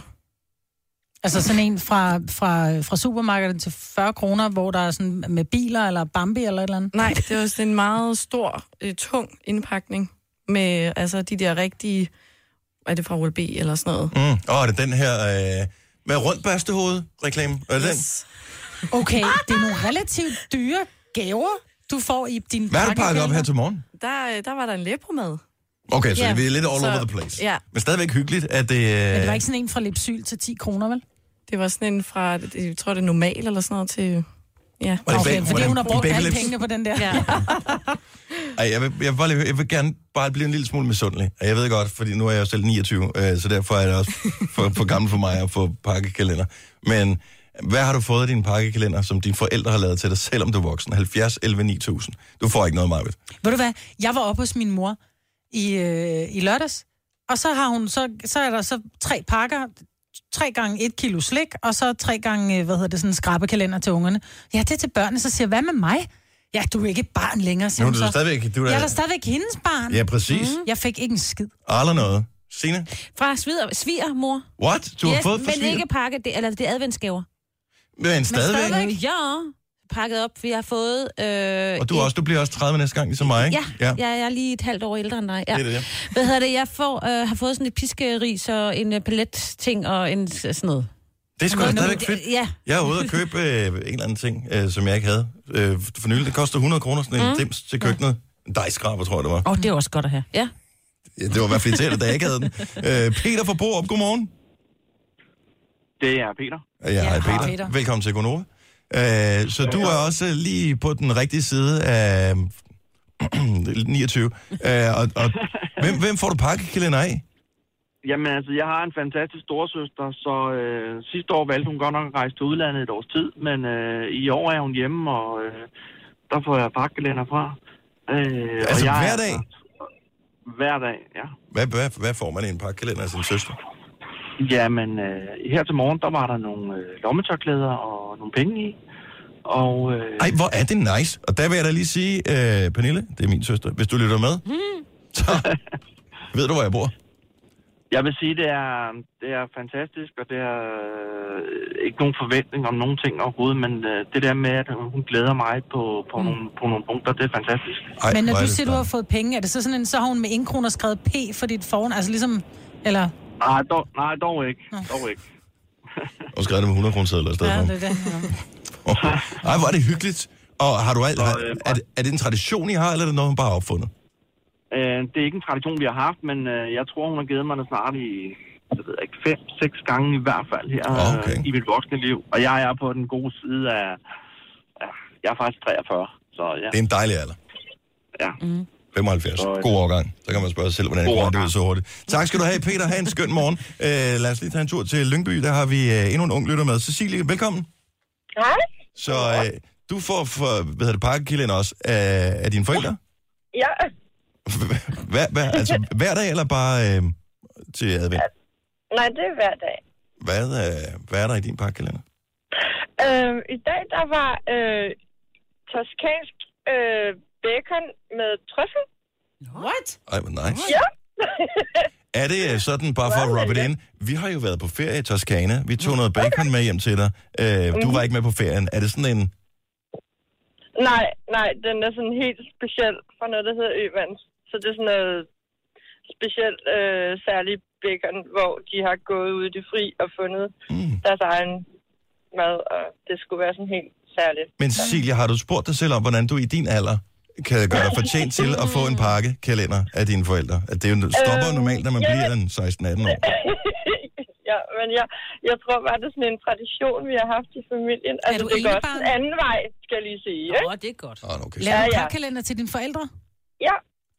[SPEAKER 3] Altså sådan en fra, fra, fra supermarkedet til fyrre kroner, hvor der er sådan med biler eller Bambi eller et eller andet.
[SPEAKER 8] Nej, det var sådan en meget stor, øh, tung indpakning med altså de der rigtige, er det fra O L B eller sådan noget?
[SPEAKER 1] Mm. Åh, oh, er det den her øh, med rundt børstehoved reklame? Er det
[SPEAKER 8] Yes.
[SPEAKER 3] Okay, det er nogle relativt dyre gaver, du får i din
[SPEAKER 1] Hvad har du pakket op
[SPEAKER 3] pakkekalender.
[SPEAKER 1] her til morgen?
[SPEAKER 8] Der, øh, der var der en lepromad.
[SPEAKER 1] Okay, så
[SPEAKER 3] Ja.
[SPEAKER 1] yeah. vi er lidt all
[SPEAKER 8] Så-
[SPEAKER 1] over the place.
[SPEAKER 8] ja.
[SPEAKER 1] Men stadigvæk hyggeligt, at det... Øh...
[SPEAKER 3] Men det var ikke sådan en fra Lipsyl til ti kroner, vel?
[SPEAKER 8] Det var sådan en fra, jeg tror det er normal eller sådan noget til, ja.
[SPEAKER 1] Var det
[SPEAKER 3] Okay,
[SPEAKER 1] bag-
[SPEAKER 3] fordi
[SPEAKER 1] var
[SPEAKER 3] hun har
[SPEAKER 1] det
[SPEAKER 3] brugt
[SPEAKER 1] Baby
[SPEAKER 3] alle
[SPEAKER 1] Lips?
[SPEAKER 3] pengene på den der.
[SPEAKER 2] Ja.
[SPEAKER 1] Ej, jeg vil, jeg, vil bare lige, høre- jeg vil gerne bare blive en lille smule misundelig. Og jeg ved godt, fordi nu er jeg jo selv niogtyve, øh, så derfor er det også for, for gammel for mig at få pakkekalender. Men hvad har du fået af din pakkekalender, som dine forældre har lavet til dig, selvom du er voksen? halvfjerds elleve ni tusind. Du får ikke noget, Marvitt.
[SPEAKER 3] Ved du hvad? Jeg var oppe hos min mor i, øh, i lørdags, og så har hun, så, så er der så tre pakker, tre gange et kilo slik, og så tre gange, øh, hvad hedder det, sådan en skrabekalender til ungerne. Ja, det er til børnene, så siger jeg, hvad med mig? Ja, du er ikke et barn længere, siger
[SPEAKER 1] Nu er
[SPEAKER 3] hun
[SPEAKER 1] du
[SPEAKER 3] så.
[SPEAKER 1] stadigvæk... Du er,
[SPEAKER 3] Jeg er da stadigvæk hendes barn.
[SPEAKER 1] Ja, præcis. Mm.
[SPEAKER 3] Jeg fik ikke en skid.
[SPEAKER 1] Aldrig noget. Signe?
[SPEAKER 2] Fra sviger, svigermor.
[SPEAKER 1] What? Du har
[SPEAKER 2] yes,
[SPEAKER 1] fået for
[SPEAKER 2] men
[SPEAKER 1] sviger?
[SPEAKER 2] ikke pakke, det, eller det er adventsgaver.
[SPEAKER 1] Men stadigvæk.
[SPEAKER 2] Øh, ja, pakket op, for jeg har fået... Øh,
[SPEAKER 1] Og du, er også, du bliver også tredive næste gang, ligesom mig, ikke?
[SPEAKER 2] Ja, ja. Jeg er lige et halvt år ældre end dig. Ja.
[SPEAKER 1] Det er det, ja.
[SPEAKER 2] Hvad hedder det? Jeg får, øh, har fået sådan et piskeris og en uh, palet-ting og en sådan noget.
[SPEAKER 1] Det er sgu da
[SPEAKER 2] Noget-
[SPEAKER 1] stadigvæk
[SPEAKER 2] noget-
[SPEAKER 1] fedt.
[SPEAKER 2] Ja.
[SPEAKER 1] Jeg er ude og købe øh, en eller anden ting, øh, som jeg ikke havde øh, for nylig. Det koster hundrede kroner, sådan en mm. dims til køkkenet. En dejskraber, tror jeg, det var.
[SPEAKER 2] Åh, oh, det er også godt at have. Ja.
[SPEAKER 1] Ja, det var i hvert fald irriterende, da jeg ikke havde den. Øh, Peter fra Borup, godmorgen.
[SPEAKER 10] Det er Peter.
[SPEAKER 1] Ja, hej
[SPEAKER 3] hej,
[SPEAKER 1] Peter.
[SPEAKER 3] Peter.
[SPEAKER 1] Velkommen til Gonova. Øh, så du er også lige på den rigtige side af niogtyve. Øh, og, og hvem, hvem får du pakkekalender af?
[SPEAKER 10] Jamen altså, jeg har en fantastisk storesøster, så øh, sidste år valgte hun godt nok at rejse til udlandet et års tid, men øh, i år er hun hjemme, og øh, der får jeg pakkekalender fra. Øh,
[SPEAKER 1] Altså
[SPEAKER 10] og jeg
[SPEAKER 1] hver
[SPEAKER 10] er-
[SPEAKER 1] dag?
[SPEAKER 10] Hver dag, ja.
[SPEAKER 1] Hvad, hvad, hvad får man i en pakkekalender af sin søster?
[SPEAKER 10] Jamen, øh, her til morgen, der var der nogle øh, lommetørklæder og nogle penge i. Og, øh,
[SPEAKER 1] Ej, hvor er det nice. Og der vil jeg da lige sige, øh, Pernille, det er min søster, hvis du lytter med, så ved du, hvor jeg bor.
[SPEAKER 10] Jeg vil sige, det er, det er fantastisk, og det er øh, ikke nogen forventning om nogen ting overhovedet, men øh, det der med, at hun glæder mig på, på, mm. nogle, på nogle punkter, det er fantastisk.
[SPEAKER 3] Ej, men når du siger, du har fået penge, er det så sådan en, så har hun med en kroner skrevet P for dit forn, altså ligesom, eller?
[SPEAKER 10] Nej, dog, nej, dog ikke. Nå. Dog ikke.
[SPEAKER 1] Og skrev det med hundrede kroner sedler i stedet
[SPEAKER 3] ja,
[SPEAKER 1] for.
[SPEAKER 3] det er det, ja.
[SPEAKER 1] Ej, hvor er det hyggeligt. Og har du alt, har, er, det, er det en tradition, I har, eller er det noget, hun bare har opfundet?
[SPEAKER 10] Øh, det er ikke en tradition, vi har haft, men øh, jeg tror, hun har givet mig det snart i, jeg ved ikke, fem, seks gange i hvert fald her okay. øh, i mit voksne liv. Og jeg er på den gode side af, ja, jeg er faktisk treogfyrre, så ja.
[SPEAKER 1] Det er en dejlig alder.
[SPEAKER 10] Ja.
[SPEAKER 2] Mm.
[SPEAKER 1] femoghalvfjerds. God årgang. Så kan man spørge sig selv, hvordan det går ud så hurtigt. Tak skal du have, Peter. Ha' en skøn morgen. Uh, lad os lige tage en tur til Lyngby. Der har vi uh, endnu en ung lytter med. Cecilie, velkommen.
[SPEAKER 12] Hej.
[SPEAKER 1] Så uh, du får for, hvad hedder det, pakkekilden også uh, af dine forældre?
[SPEAKER 12] Ja.
[SPEAKER 1] Hver, hver, altså hver dag, eller bare uh, til advent? Ja.
[SPEAKER 12] Nej, det er hver dag.
[SPEAKER 1] Hvad, uh, hvad er der i din pakkekalender?
[SPEAKER 12] Øh, I dag, der var øh, toskansk øh, bacon med trøffel.
[SPEAKER 3] What?
[SPEAKER 1] Ej, hvor nice.
[SPEAKER 12] Ja.
[SPEAKER 1] Er det sådan, bare for at rub it in? Vi har jo været på ferie i Toskana. Vi tog noget bacon med hjem til dig. Uh, du var ikke med på ferien. Er det sådan en...
[SPEAKER 12] Nej, nej, den er sådan helt speciel fra noget, der hedder Øvands. Så det er sådan noget specielt øh, særligt bacon, hvor de har gået ud i det fri og fundet mm. deres egen mad, og det skulle være sådan helt særligt.
[SPEAKER 1] Men Cecilia, har du spurgt dig selv om, hvordan du i din alder kan gøre dig fortjent til at få en pakkekalender af dine forældre? At det jo stopper øh, normalt, når man ja, bliver en seksten atten år.
[SPEAKER 12] Ja, men jeg, jeg tror bare, det er sådan en tradition, vi har haft i familien.
[SPEAKER 3] Er
[SPEAKER 12] altså,
[SPEAKER 3] du
[SPEAKER 12] det går også
[SPEAKER 3] enebarn?
[SPEAKER 12] en anden vej, skal jeg lige sige.
[SPEAKER 2] Åh, oh, det er godt.
[SPEAKER 1] Ah, okay.
[SPEAKER 3] Laver du
[SPEAKER 12] Ja, ja.
[SPEAKER 3] pakkalender til dine forældre?
[SPEAKER 12] Ja.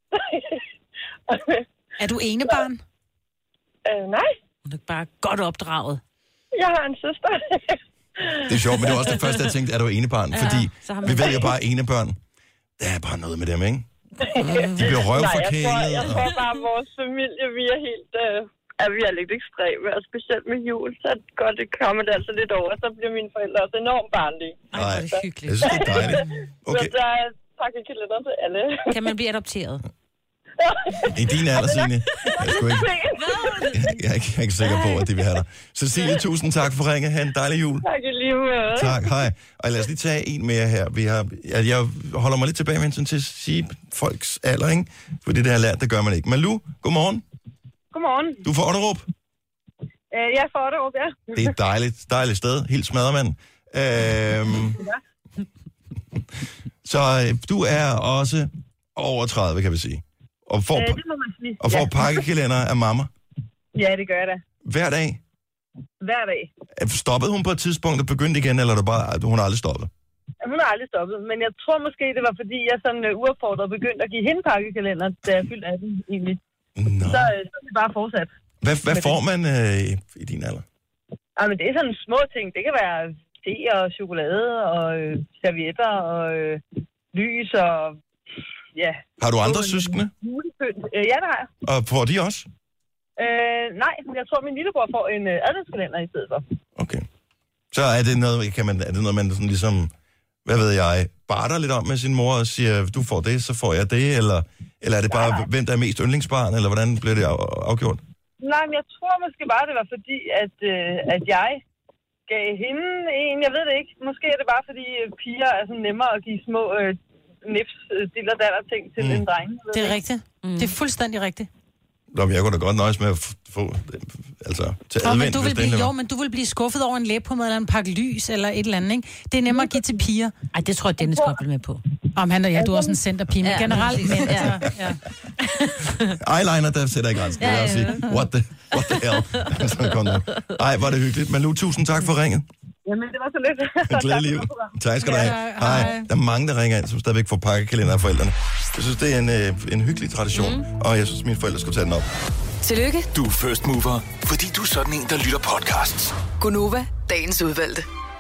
[SPEAKER 3] Er du enebarn?
[SPEAKER 12] øh, nej,
[SPEAKER 2] Hun er bare godt opdraget.
[SPEAKER 12] jeg har en søster.
[SPEAKER 1] Det er sjovt, men det var også det første, jeg tænkte, er du enebarn?
[SPEAKER 2] Ja,
[SPEAKER 1] Fordi
[SPEAKER 2] så har man-
[SPEAKER 1] vi ved jo bare, enebørn, der er bare noget med dem, ikke? De bliver
[SPEAKER 12] Nej, jeg
[SPEAKER 1] røvforkælet.
[SPEAKER 12] tror, jeg
[SPEAKER 1] og-
[SPEAKER 12] tror bare, at vores familie, vi er helt... Øh, er vi er lidt ekstreme, og specielt med jul, så går det kommer det altså lidt over, så bliver mine forældre også enormt barnlige.
[SPEAKER 2] Ej, hvor er det hyggeligt.
[SPEAKER 1] Jeg synes, det er dejligt. Okay.
[SPEAKER 12] Så der er pakkekalender til alle.
[SPEAKER 2] Kan man blive adopteret?
[SPEAKER 1] I din alder, Signe. Jeg er, sgu ikke, jeg, er ikke, jeg er ikke sikker på, at de vil have dig. Cecilie, tusind tak for ringe. Ha' en dejlig jul.
[SPEAKER 12] Tak i lige måde.
[SPEAKER 1] Tak, hej. Og lad os lige tage en mere her. Vi har, jeg, jeg holder mig lidt tilbage med hensyn til at sige folks alder, ikke? For det, der har lært, det gør man ikke. Malu, godmorgen.
[SPEAKER 12] Godmorgen.
[SPEAKER 1] Du får Otterup.
[SPEAKER 12] Øh, jeg får det op, ja.
[SPEAKER 1] Det er et dejligt, dejligt sted. Helt smadrer man. Øhm, så øh, du er også over tredive, kan vi sige. Og får,
[SPEAKER 12] Øh, det må man sige.
[SPEAKER 1] og får
[SPEAKER 12] Ja.
[SPEAKER 1] pakkekalender af mamma
[SPEAKER 12] Ja, det gør jeg da.
[SPEAKER 1] hver dag.
[SPEAKER 12] Hver dag.
[SPEAKER 1] Stoppede hun på et tidspunkt og begyndte igen, eller er det bare, at hun har aldrig stoppet?
[SPEAKER 12] Hun har aldrig stoppet, men jeg tror måske, det var fordi, jeg sådan uh, uopfordret begyndte at give hende pakkekalender, da jeg fyldte atten egentlig.
[SPEAKER 1] Nå.
[SPEAKER 12] Så, øh, så er det bare fortsat.
[SPEAKER 1] Hvad, hvad får man øh, i, i din alder?
[SPEAKER 12] Ja, men det er sådan små ting. Det kan være te og chokolade og øh, servietter og øh, lys og ja.
[SPEAKER 1] Har du andre søskende?
[SPEAKER 12] Julepynt. Øh, ja, det har jeg.
[SPEAKER 1] Og får de også?
[SPEAKER 12] Øh, nej, jeg tror, min lillebror får en øh, adventskalender i stedet for.
[SPEAKER 1] Okay. Så er det noget, kan man, er det noget man sådan ligesom, hvad ved jeg, barter lidt om med sin mor og siger, du får det, så får jeg det, eller, eller er det bare, hvem der er mest yndlingsbarn, eller hvordan bliver det af- afgjort?
[SPEAKER 12] Nej, men jeg tror måske bare, det var fordi, at, øh, at jeg gav hende en, jeg ved det ikke. Måske er det bare fordi, øh, piger er sådan nemmere at give små øh, nips, øh, diller datter ting til
[SPEAKER 1] Mm.
[SPEAKER 12] en dreng. Jeg ved
[SPEAKER 3] Det er
[SPEAKER 12] ikke.
[SPEAKER 3] rigtigt. Mm. Det er fuldstændig rigtigt.
[SPEAKER 1] Nå, men jeg kunne da godt nøjes med at f- få, altså, til
[SPEAKER 3] Nå,
[SPEAKER 1] advent,
[SPEAKER 3] men du vil
[SPEAKER 1] hvis
[SPEAKER 3] blive,
[SPEAKER 1] det
[SPEAKER 3] jo, men du vil blive skuffet over en læbepomade eller en pakke lys eller et eller andet, ikke? Det er nemmere at give til piger.
[SPEAKER 2] Ej, det tror jeg, Dennis godt vil med på.
[SPEAKER 3] Om han og ja, du er også en centerpige, men
[SPEAKER 2] Ja,
[SPEAKER 3] generelt.
[SPEAKER 2] præcis.
[SPEAKER 3] Men,
[SPEAKER 2] Ja.
[SPEAKER 3] altså, ja.
[SPEAKER 1] Eyeliner, der sætter i grænsen.
[SPEAKER 2] Ja,
[SPEAKER 1] Ja, ja,
[SPEAKER 2] ja,
[SPEAKER 1] ja. Sige, what the, what the hell? Så kom det. Ej, hvor er det hyggeligt. Malu, tusind tak for ringet.
[SPEAKER 12] Jamen, det var så lidt.
[SPEAKER 1] Glædelig jul. Tak skal du have.
[SPEAKER 3] Ja,
[SPEAKER 1] Hej.
[SPEAKER 3] hej.
[SPEAKER 1] Der er mange, der ringer ind, som stadigvæk får pakkekalender af forældrene. Jeg synes, det er en, øh, en hyggelig tradition, mm. og jeg synes, mine forældre skulle tage den op.
[SPEAKER 6] Tillykke,
[SPEAKER 4] Du er first mover, fordi du er sådan en, der lytter podcasts.
[SPEAKER 6] Gunova, dagens udvalgte.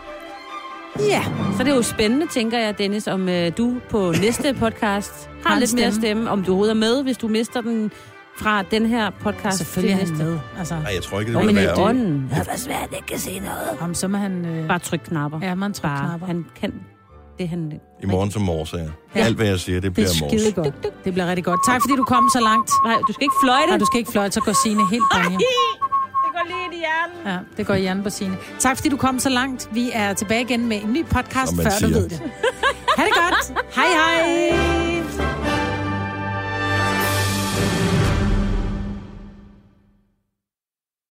[SPEAKER 2] Ja, så det er jo spændende, tænker jeg, Dennis, om øh, du på næste podcast har,
[SPEAKER 3] Har en
[SPEAKER 2] lidt mere
[SPEAKER 3] stemme.
[SPEAKER 2] stemme, om du overhovedet er med, hvis du mister den fra den her podcast
[SPEAKER 3] Selvfølgelig er
[SPEAKER 2] til
[SPEAKER 3] han
[SPEAKER 2] næste.
[SPEAKER 3] med. Altså,
[SPEAKER 1] Nej, jeg tror ikke, det
[SPEAKER 2] Og
[SPEAKER 1] vil
[SPEAKER 2] men i
[SPEAKER 1] være.
[SPEAKER 2] ånden. Det var svært, at ikke kan se noget.
[SPEAKER 3] om så må han... Øh,
[SPEAKER 2] Bare tryk knapper.
[SPEAKER 3] ja, man trykker
[SPEAKER 2] Bare,
[SPEAKER 3] knapper.
[SPEAKER 2] han kan
[SPEAKER 3] det han...
[SPEAKER 1] I morgen som morsager. Ja. Alt, hvad jeg siger, det bliver
[SPEAKER 3] Det er
[SPEAKER 1] mors.
[SPEAKER 3] skide godt. Det bliver rigtig godt. Tak, fordi du kom så langt.
[SPEAKER 2] Nej, du skal ikke fløjte.
[SPEAKER 3] Nej, du skal ikke fløjte, så går Signe helt bange.
[SPEAKER 2] Det går lige ind i hjernen.
[SPEAKER 3] Ja, det går i hjernen på Signe. Tak, fordi du kom så langt. Vi er tilbage igen med en ny podcast,
[SPEAKER 1] Som man
[SPEAKER 3] før
[SPEAKER 1] siger.
[SPEAKER 3] du ved det. Ha' det godt. Hej, hej.